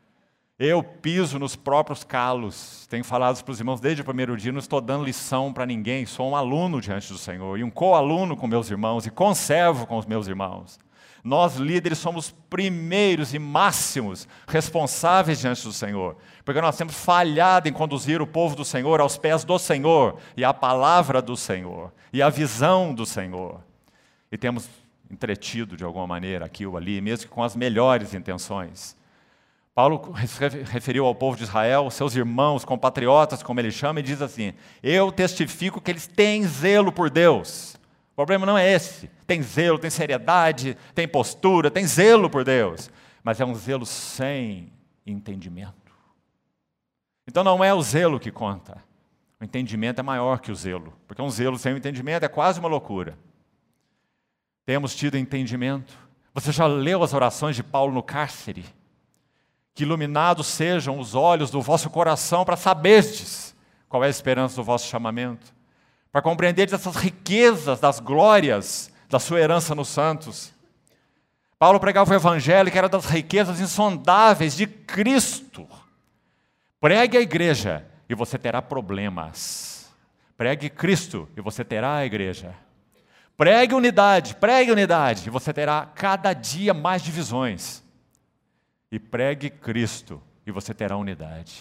Eu piso nos próprios calos. Tenho falado para os irmãos desde o primeiro dia, não estou dando lição para ninguém, sou um aluno diante do Senhor, e um co-aluno com meus irmãos, e conservo com os meus irmãos. Nós, líderes, somos primeiros e máximos responsáveis diante do Senhor, porque nós temos falhado em conduzir o povo do Senhor aos pés do Senhor, e à palavra do Senhor, e à visão do Senhor. E temos entretido de alguma maneira aqui ou ali, mesmo que com as melhores intenções. Paulo referiu ao povo de Israel, seus irmãos, compatriotas, como ele chama, e diz assim: eu testifico que eles têm zelo por Deus. O problema não é esse. Tem zelo, tem seriedade, tem postura, tem zelo por Deus. Mas é um zelo sem entendimento. Então não é o zelo que conta. O entendimento é maior que o zelo. Porque um zelo sem entendimento é quase uma loucura. Temos tido entendimento. Você já leu as orações de Paulo no cárcere? Que iluminados sejam os olhos do vosso coração para saberdes qual é a esperança do vosso chamamento. Para compreenderdes essas riquezas das glórias da sua herança nos santos. Paulo pregava o evangelho que era das riquezas insondáveis de Cristo. Pregue a igreja e você terá problemas. Pregue Cristo e você terá a igreja. Pregue unidade, pregue unidade e você terá cada dia mais divisões. E pregue Cristo e você terá unidade.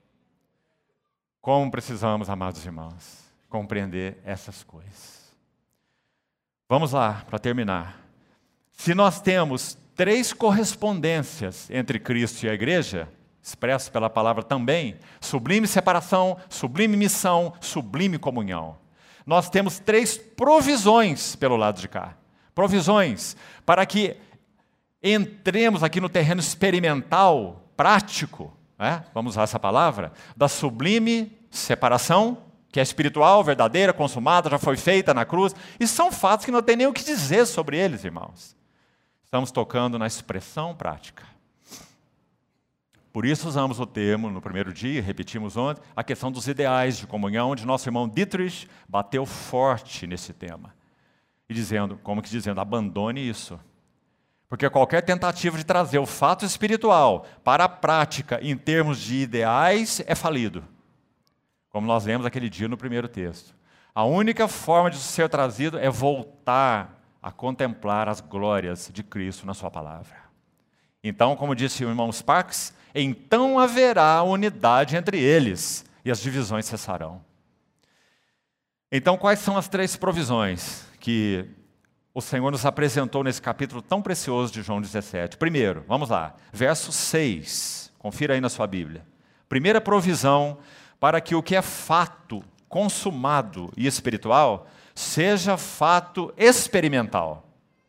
Como precisamos, amados irmãos, compreender essas coisas. Vamos lá, para terminar. Se nós temos três correspondências entre Cristo e a igreja, expresso pela palavra também, sublime separação, sublime missão, sublime comunhão. Nós temos três provisões pelo lado de cá. Provisões para que entremos aqui no terreno experimental, prático, né? Vamos usar essa palavra, da sublime separação, que é espiritual, verdadeira, consumada, já foi feita na cruz. E são fatos que não tem nem o que dizer sobre eles, irmãos. Estamos tocando na expressão prática. Por isso usamos o termo no primeiro dia, repetimos ontem, a questão dos ideais de comunhão, onde nosso irmão Dietrich bateu forte nesse tema. E dizendo, como que dizendo, abandone isso. Porque qualquer tentativa de trazer o fato espiritual para a prática em termos de ideais é falido. Como nós lemos aquele dia no primeiro texto. A única forma de ser trazido é voltar a contemplar as glórias de Cristo na sua palavra. Então, como disse o irmão Sparks, então haverá unidade entre eles e as divisões cessarão. Então, quais são as três provisões que o Senhor nos apresentou nesse capítulo tão precioso de João dezessete? Primeiro, vamos lá, verso seis, confira aí na sua Bíblia. Primeira provisão para que o que é fato consumado e espiritual seja fato experimental.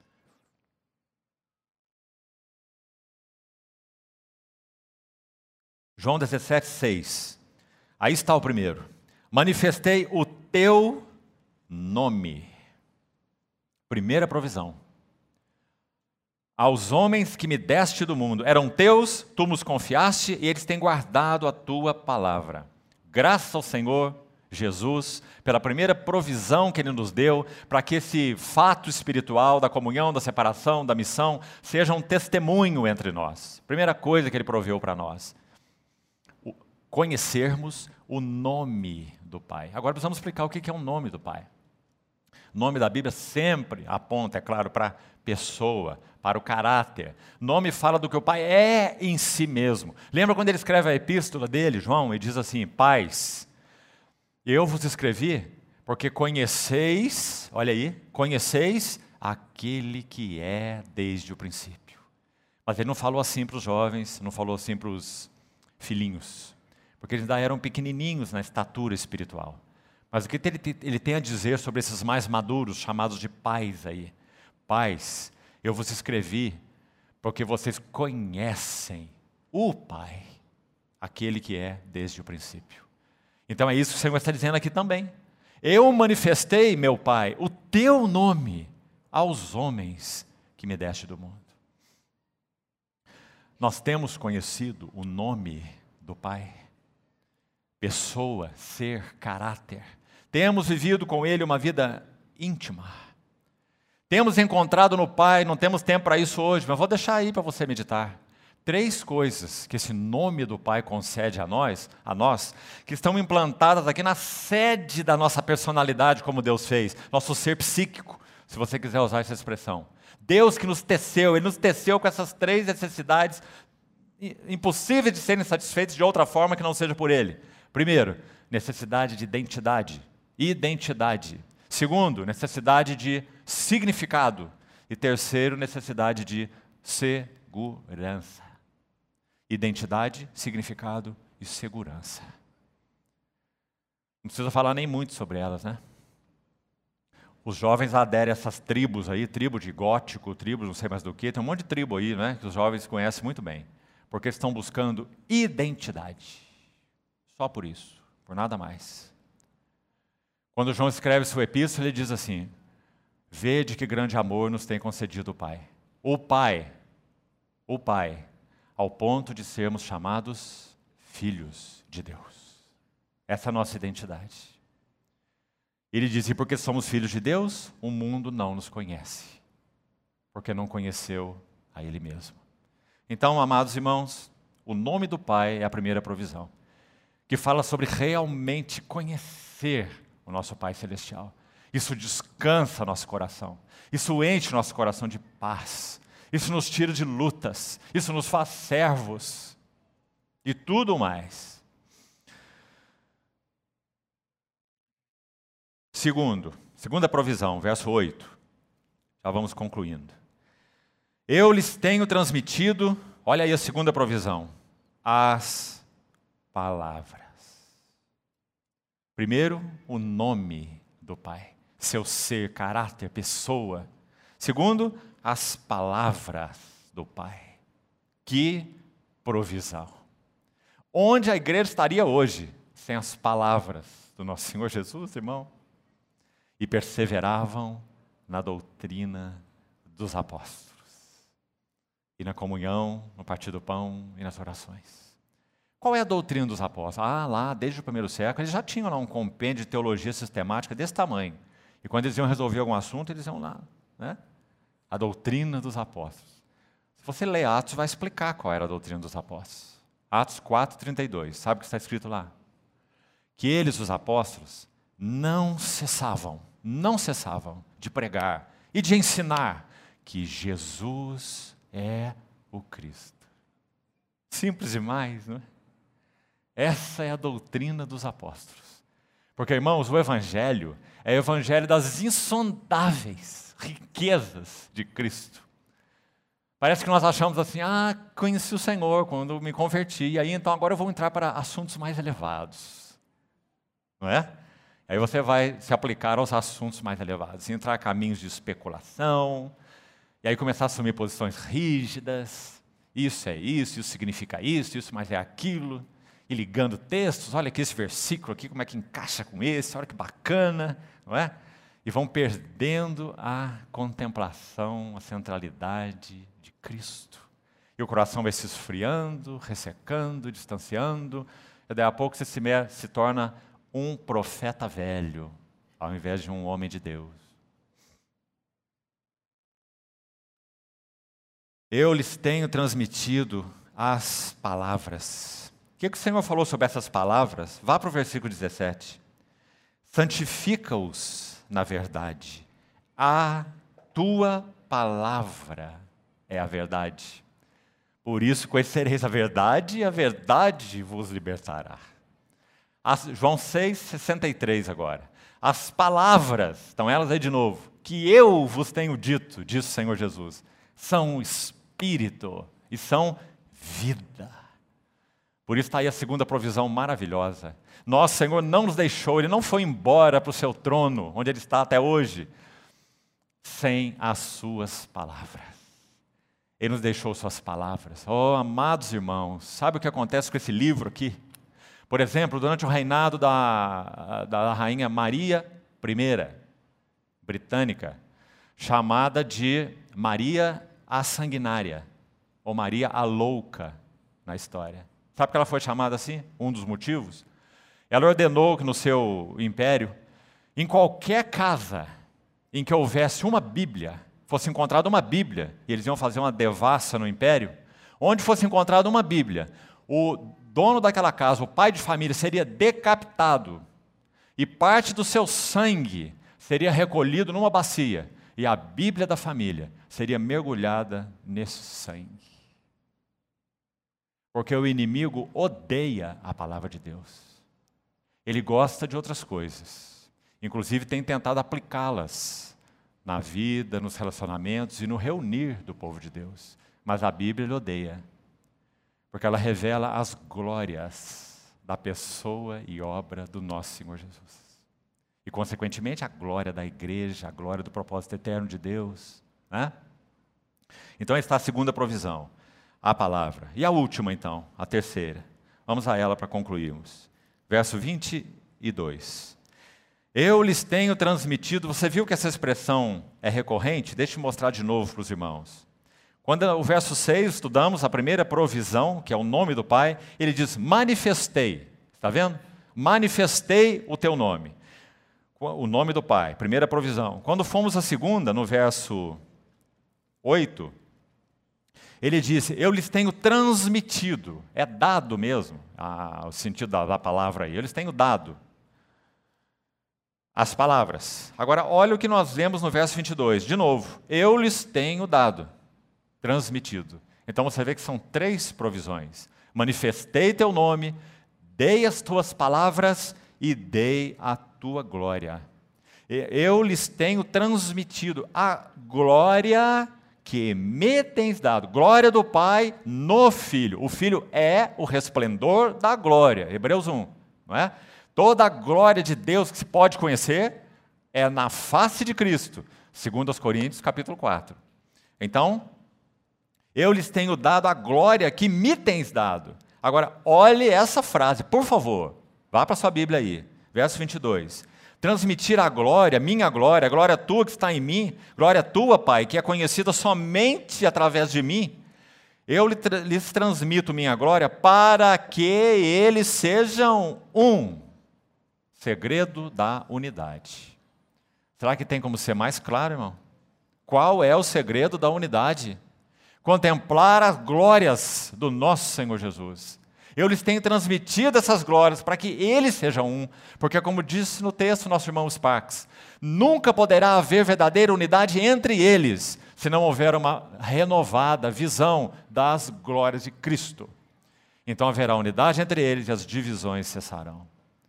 João dezessete, seis. Aí está o primeiro. Manifestei o teu nome. Primeira provisão. Aos homens que me deste do mundo, eram teus, tu nos confiaste e eles têm guardado a tua palavra. Graças ao Senhor Jesus, pela primeira provisão que Ele nos deu, para que esse fato espiritual da comunhão, da separação, da missão, seja um testemunho entre nós. Primeira coisa que Ele proveu para nós. Conhecermos o nome do Pai. Agora precisamos explicar o que é o nome do Pai. O nome da Bíblia sempre aponta, é claro, para a pessoa, para o caráter. Nome fala do que o Pai é em si mesmo. Lembra quando ele escreve a epístola dele, João, e diz assim, pais, eu vos escrevi porque conheceis, olha aí, conheceis aquele que é desde o princípio. Mas ele não falou assim para os jovens, não falou assim para os filhinhos, porque eles ainda eram pequenininhos na estatura espiritual. Mas o que ele, ele tem a dizer sobre esses mais maduros, chamados de pais aí? Pais, eu vos escrevi porque vocês conhecem o Pai, aquele que é desde o princípio. Então é isso que o Senhor está dizendo aqui também. Eu manifestei, meu Pai, o teu nome aos homens que me deste do mundo. Nós temos conhecido o nome do Pai. Pessoa, ser, caráter. Temos vivido com Ele uma vida íntima. Temos encontrado no Pai, não temos tempo para isso hoje, mas vou deixar aí para você meditar. Três coisas que esse nome do Pai concede a nós, a nós, que estão implantadas aqui na sede da nossa personalidade, como Deus fez, nosso ser psíquico, se você quiser usar essa expressão. Deus que nos teceu, Ele nos teceu com essas três necessidades impossíveis de serem satisfeitas de outra forma que não seja por Ele. Primeiro, necessidade de identidade. Identidade. Segundo, necessidade de significado. E terceiro, necessidade de segurança. Identidade, significado e segurança. Não precisa falar nem muito sobre elas, né? Os jovens aderem a essas tribos aí, tribo de gótico, tribo não sei mais do que, tem um monte de tribo aí, né? Que os jovens conhecem muito bem. Porque estão buscando identidade. Só por isso, por nada mais. Quando João escreve sua epístola, ele diz assim: vede que grande amor nos tem concedido o Pai. O Pai, o Pai, ao ponto de sermos chamados filhos de Deus. Essa é a nossa identidade. Ele diz, e porque somos filhos de Deus, o mundo não nos conhece. Porque não conheceu a Ele mesmo. Então, amados irmãos, o nome do Pai é a primeira provisão, que fala sobre realmente conhecer o nosso Pai Celestial. Isso descansa nosso coração. Isso enche nosso coração de paz. Isso nos tira de lutas. Isso nos faz servos. E tudo mais. Segundo, segunda provisão, verso oito. Já vamos concluindo. Eu lhes tenho transmitido, olha aí a segunda provisão, as palavras. Primeiro, o nome do Pai, seu ser, caráter, pessoa. Segundo, as palavras do Pai. Que provisão. Onde a igreja estaria hoje sem as palavras do nosso Senhor Jesus, irmão? E perseveravam na doutrina dos apóstolos. E na comunhão, no partir do pão e nas orações. Qual é a doutrina dos apóstolos? Ah, lá, desde o primeiro século, eles já tinham lá um compêndio de teologia sistemática desse tamanho. E quando eles iam resolver algum assunto, eles iam lá, né? A doutrina dos apóstolos. Se você ler Atos, vai explicar qual era a doutrina dos apóstolos. Atos quatro, trinta e dois. Sabe o que está escrito lá? Que eles, os apóstolos, não cessavam, não cessavam de pregar e de ensinar que Jesus é o Cristo. Simples demais, não é? Essa é a doutrina dos apóstolos. Porque, irmãos, o Evangelho é o Evangelho das insondáveis riquezas de Cristo. Parece que nós achamos assim, ah, conheci o Senhor quando me converti, e aí então agora eu vou entrar para assuntos mais elevados. Não é? Aí você vai se aplicar aos assuntos mais elevados, entrar em caminhos de especulação, e aí começar a assumir posições rígidas, isso é isso, isso significa isso, isso mas é aquilo, e ligando textos, olha aqui esse versículo aqui, como é que encaixa com esse, olha que bacana, não é? E vão perdendo a contemplação, a centralidade de Cristo. E o coração vai se esfriando, ressecando, distanciando, e daí a pouco você se, se torna um profeta velho, ao invés de um homem de Deus. Eu lhes tenho transmitido as palavras. O que, que o Senhor falou sobre essas palavras? Vá para o versículo dezessete. Santifica-os na verdade. A tua palavra é a verdade. Por isso conhecereis a verdade e a verdade vos libertará. As, João seis, sessenta e três agora. As palavras, estão elas aí de novo, que eu vos tenho dito, diz o Senhor Jesus, são espírito e são vida. Por isso está aí a segunda provisão maravilhosa. Nosso Senhor não nos deixou, Ele não foi embora para o seu trono, onde Ele está até hoje, sem as suas palavras. Ele nos deixou suas palavras. Oh, amados irmãos, sabe o que acontece com esse livro aqui? Por exemplo, durante o reinado da, da rainha Maria I, britânica, chamada de Maria a Sanguinária, ou Maria a Louca na história. Sabe por que ela foi chamada assim? Um dos motivos? Ela ordenou que no seu império, em qualquer casa em que houvesse uma Bíblia, fosse encontrada uma Bíblia, e eles iam fazer uma devassa no império, onde fosse encontrada uma Bíblia, o dono daquela casa, o pai de família, seria decapitado, e parte do seu sangue seria recolhido numa bacia, e a Bíblia da família seria mergulhada nesse sangue. Porque o inimigo odeia a palavra de Deus. Ele gosta de outras coisas. Inclusive tem tentado aplicá-las na vida, nos relacionamentos e no reunir do povo de Deus. Mas a Bíblia ele odeia. Porque ela revela as glórias da pessoa e obra do nosso Senhor Jesus. E, consequentemente, a glória da igreja, a glória do propósito eterno de Deus. Né? Então, está a segunda provisão, a palavra. E a última, então, a terceira. Vamos a ela para concluirmos. Verso vinte e dois. Eu lhes tenho transmitido, você viu que essa expressão é recorrente? Deixa eu mostrar de novo para os irmãos. Quando o verso seis estudamos a primeira provisão, que é o nome do Pai, ele diz, manifestei. Está vendo? Manifestei o teu nome. O nome do Pai, primeira provisão. Quando fomos à segunda, no verso oito, ele disse, eu lhes tenho transmitido, é dado mesmo, ah, o sentido da, da palavra aí, eu lhes tenho dado as palavras. Agora, olha o que nós lemos no verso vinte e dois, de novo, eu lhes tenho dado, transmitido. Então você vê que são três provisões. Manifestei teu nome, dei as tuas palavras e dei a tua glória. Eu lhes tenho transmitido a glória que me tens dado. Glória do Pai no Filho. O Filho é o resplendor da glória. Hebreus um, não é? Toda a glória de Deus que se pode conhecer é na face de Cristo. Segundo aos Coríntios, capítulo quatro. Então, eu lhes tenho dado a glória que me tens dado. Agora, olhe essa frase, por favor. Vá para a sua Bíblia aí. Verso vinte e dois. Transmitir a glória, minha glória, a glória tua que está em mim, glória tua, Pai, que é conhecida somente através de mim. Eu lhes transmito minha glória para que eles sejam um. Segredo da unidade. Será que tem como ser mais claro, irmão? Qual é o segredo da unidade? Contemplar as glórias do nosso Senhor Jesus. Eu lhes tenho transmitido essas glórias para que eles sejam um, porque como disse no texto nosso irmão Sparks, nunca poderá haver verdadeira unidade entre eles, se não houver uma renovada visão das glórias de Cristo. Então haverá unidade entre eles e as divisões cessarão.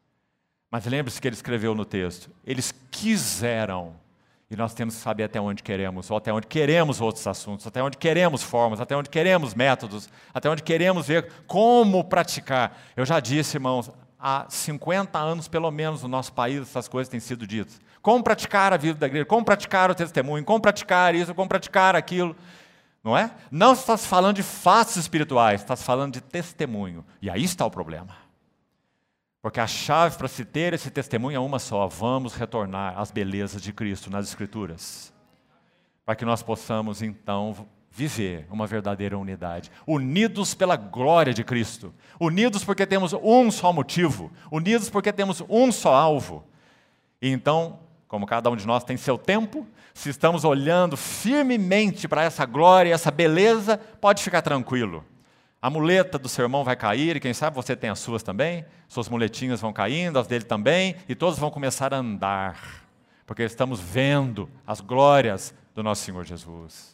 Mas lembre-se que ele escreveu no texto, eles quiseram, e nós temos que saber até onde queremos, ou até onde queremos outros assuntos, até onde queremos formas, até onde queremos métodos, até onde queremos ver como praticar. Eu já disse, irmãos, há cinquenta anos pelo menos no nosso país essas coisas têm sido ditas. Como praticar a vida da igreja, como praticar o testemunho, como praticar isso, como praticar aquilo. Não é? Não está se falando de fatos espirituais, está se falando de testemunho. E aí está o problema. Porque a chave para se ter esse testemunho é uma só. Vamos retornar às belezas de Cristo nas Escrituras. Para que nós possamos, então, viver uma verdadeira unidade. Unidos pela glória de Cristo. Unidos porque temos um só motivo. Unidos porque temos um só alvo. E então, como cada um de nós tem seu tempo, se estamos olhando firmemente para essa glória e essa beleza, pode ficar tranquilo. A muleta do seu irmão vai cair, e quem sabe você tem as suas também. Suas muletinhas vão caindo, as dele também, e todos vão começar a andar, porque estamos vendo as glórias do nosso Senhor Jesus.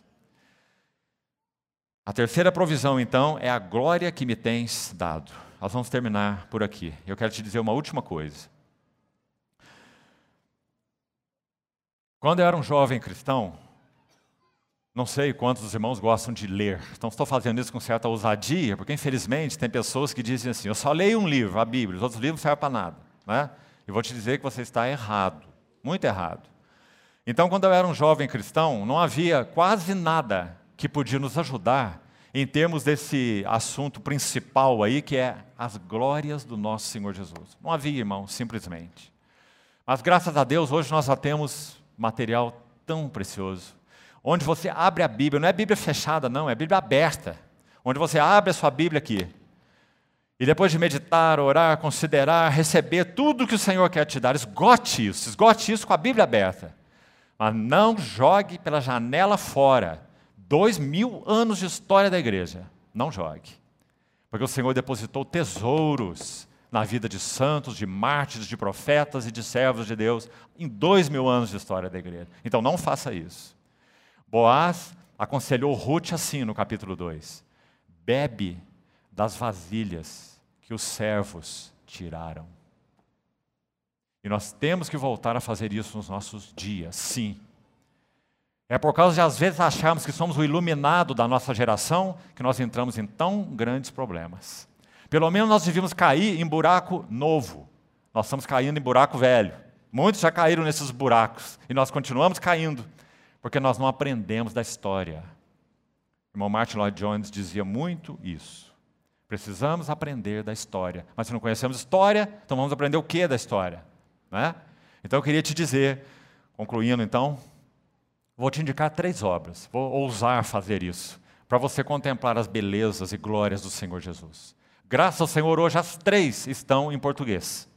A terceira provisão, então, é a glória que me tens dado. Nós vamos terminar por aqui. Eu quero te dizer uma última coisa. Quando eu era um jovem cristão, não sei quantos dos irmãos gostam de ler. Então estou fazendo isso com certa ousadia, porque infelizmente tem pessoas que dizem assim, eu só leio um livro, a Bíblia, os outros livros não servem para nada. Né? E vou te dizer que você está errado, muito errado. Então quando eu era um jovem cristão, não havia quase nada que podia nos ajudar em termos desse assunto principal aí, que é as glórias do nosso Senhor Jesus. Não havia, irmão, simplesmente. Mas graças a Deus, hoje nós já temos material tão precioso. Onde você abre a Bíblia, não é Bíblia fechada não, é Bíblia aberta. Onde você abre a sua Bíblia aqui. E depois de meditar, orar, considerar, receber tudo que o Senhor quer te dar, esgote isso, esgote isso com a Bíblia aberta. Mas não jogue pela janela fora. Dois mil anos de história da igreja. Não jogue. Porque o Senhor depositou tesouros na vida de santos, de mártires, de profetas e de servos de Deus, em dois mil anos de história da igreja. Então não faça isso. Boaz aconselhou Ruth assim no capítulo dois: bebe das vasilhas que os servos tiraram. E nós temos que voltar a fazer isso nos nossos dias, sim. É por causa de, às vezes, acharmos que somos o iluminado da nossa geração que nós entramos em tão grandes problemas. Pelo menos nós devíamos cair em buraco novo. Nós estamos caindo em buraco velho. Muitos já caíram nesses buracos e nós continuamos caindo porque nós não aprendemos da história. O irmão Martin Lloyd Jones dizia muito isso. Precisamos aprender da história. Mas se não conhecemos história, então vamos aprender o que da história? Né? Então eu queria te dizer, concluindo então, vou te indicar três obras, vou ousar fazer isso, para você contemplar as belezas e glórias do Senhor Jesus. Graças ao Senhor, hoje as três estão em português.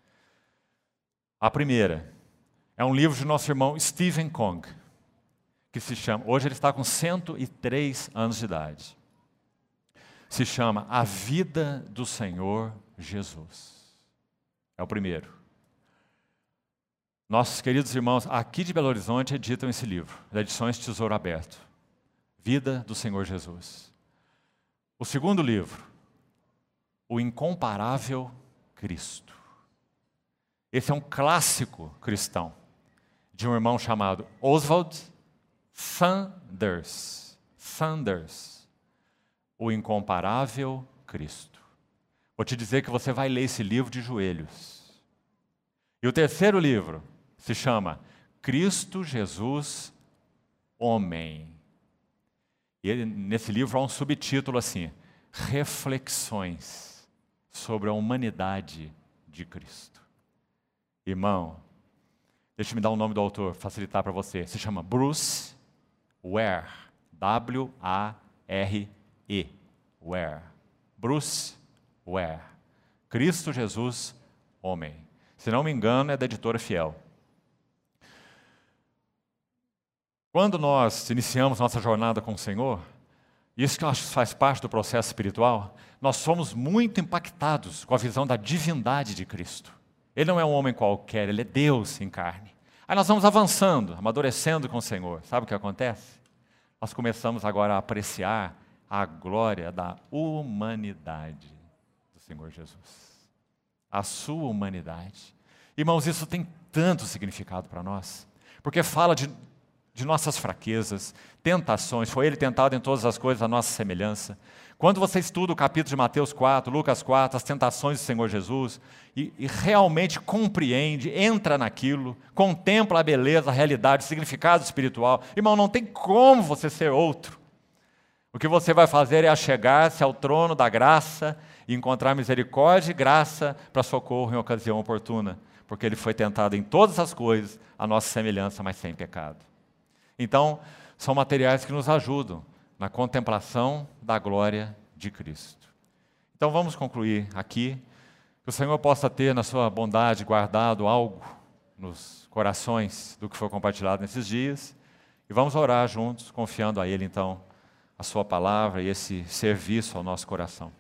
A primeira é um livro de nosso irmão Stephen Kong, que se chama, hoje ele está com cento e três anos de idade, se chama A Vida do Senhor Jesus. É o primeiro. Nossos queridos irmãos aqui de Belo Horizonte editam esse livro, da Edições Tesouro Aberto. Vida do Senhor Jesus. O segundo livro, O Incomparável Cristo. Esse é um clássico cristão, de um irmão chamado Oswald Sanders. Sanders. O Incomparável Cristo. Vou te dizer que você vai ler esse livro de joelhos. E o terceiro livro se chama Cristo Jesus, Homem. E ele, nesse livro há um subtítulo assim: Reflexões sobre a humanidade de Cristo. Irmão, deixa eu me dar o nome do autor, facilitar para você. Se chama Bruce Ware. W A R E. Ware. Bruce Ware. Cristo Jesus, Homem. Se não me engano, é da editora Fiel. Quando nós iniciamos nossa jornada com o Senhor, isso que eu acho que faz parte do processo espiritual, nós somos muito impactados com a visão da divindade de Cristo. Ele não é um homem qualquer, ele é Deus em carne. Aí nós vamos avançando, amadurecendo com o Senhor. Sabe o que acontece? Nós começamos agora a apreciar a glória da humanidade do Senhor Jesus. A sua humanidade. Irmãos, isso tem tanto significado para nós, porque fala de, de nossas fraquezas, tentações. Foi ele tentado em todas as coisas, a nossa semelhança. Quando você estuda o capítulo de Mateus quatro, Lucas quatro, as tentações do Senhor Jesus, e, e realmente compreende, entra naquilo, contempla a beleza, a realidade, o significado espiritual, irmão, não tem como você ser outro. O que você vai fazer é achegar-se ao trono da graça e encontrar misericórdia e graça para socorro em ocasião oportuna, porque ele foi tentado em todas as coisas, a nossa semelhança, mas sem pecado. Então, são materiais que nos ajudam na contemplação da glória de Cristo. Então vamos concluir aqui, que o Senhor possa ter na sua bondade guardado algo nos corações do que foi compartilhado nesses dias, e vamos orar juntos, confiando a Ele então a sua palavra e esse serviço ao nosso coração.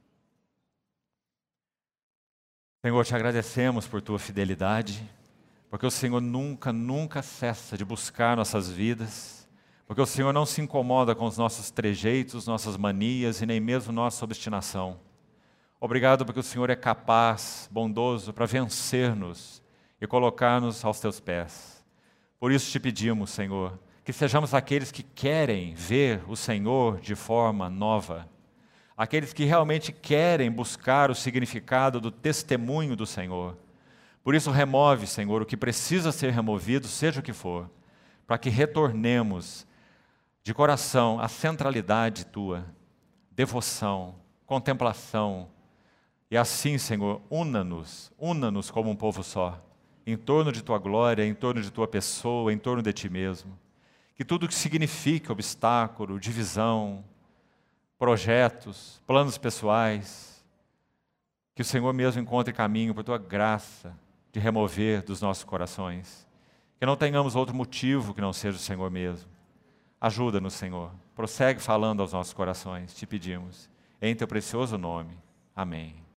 Senhor, te agradecemos por tua fidelidade, porque o Senhor nunca, nunca cessa de buscar nossas vidas, porque o Senhor não se incomoda com os nossos trejeitos, nossas manias e nem mesmo nossa obstinação. Obrigado porque o Senhor é capaz, bondoso, para vencer-nos e colocar-nos aos teus pés. Por isso te pedimos, Senhor, que sejamos aqueles que querem ver o Senhor de forma nova, aqueles que realmente querem buscar o significado do testemunho do Senhor. Por isso remove, Senhor, o que precisa ser removido, seja o que for, para que retornemos de coração à centralidade tua, devoção, contemplação, e assim, Senhor, una-nos, una-nos como um povo só, em torno de tua glória, em torno de tua pessoa, em torno de ti mesmo. Que tudo que significa obstáculo, divisão, projetos, planos pessoais, que o Senhor mesmo encontre caminho por tua graça de remover dos nossos corações. Que não tenhamos outro motivo que não seja o Senhor mesmo. Ajuda-nos, Senhor. Prossegue falando aos nossos corações, te pedimos. Em teu precioso nome. Amém.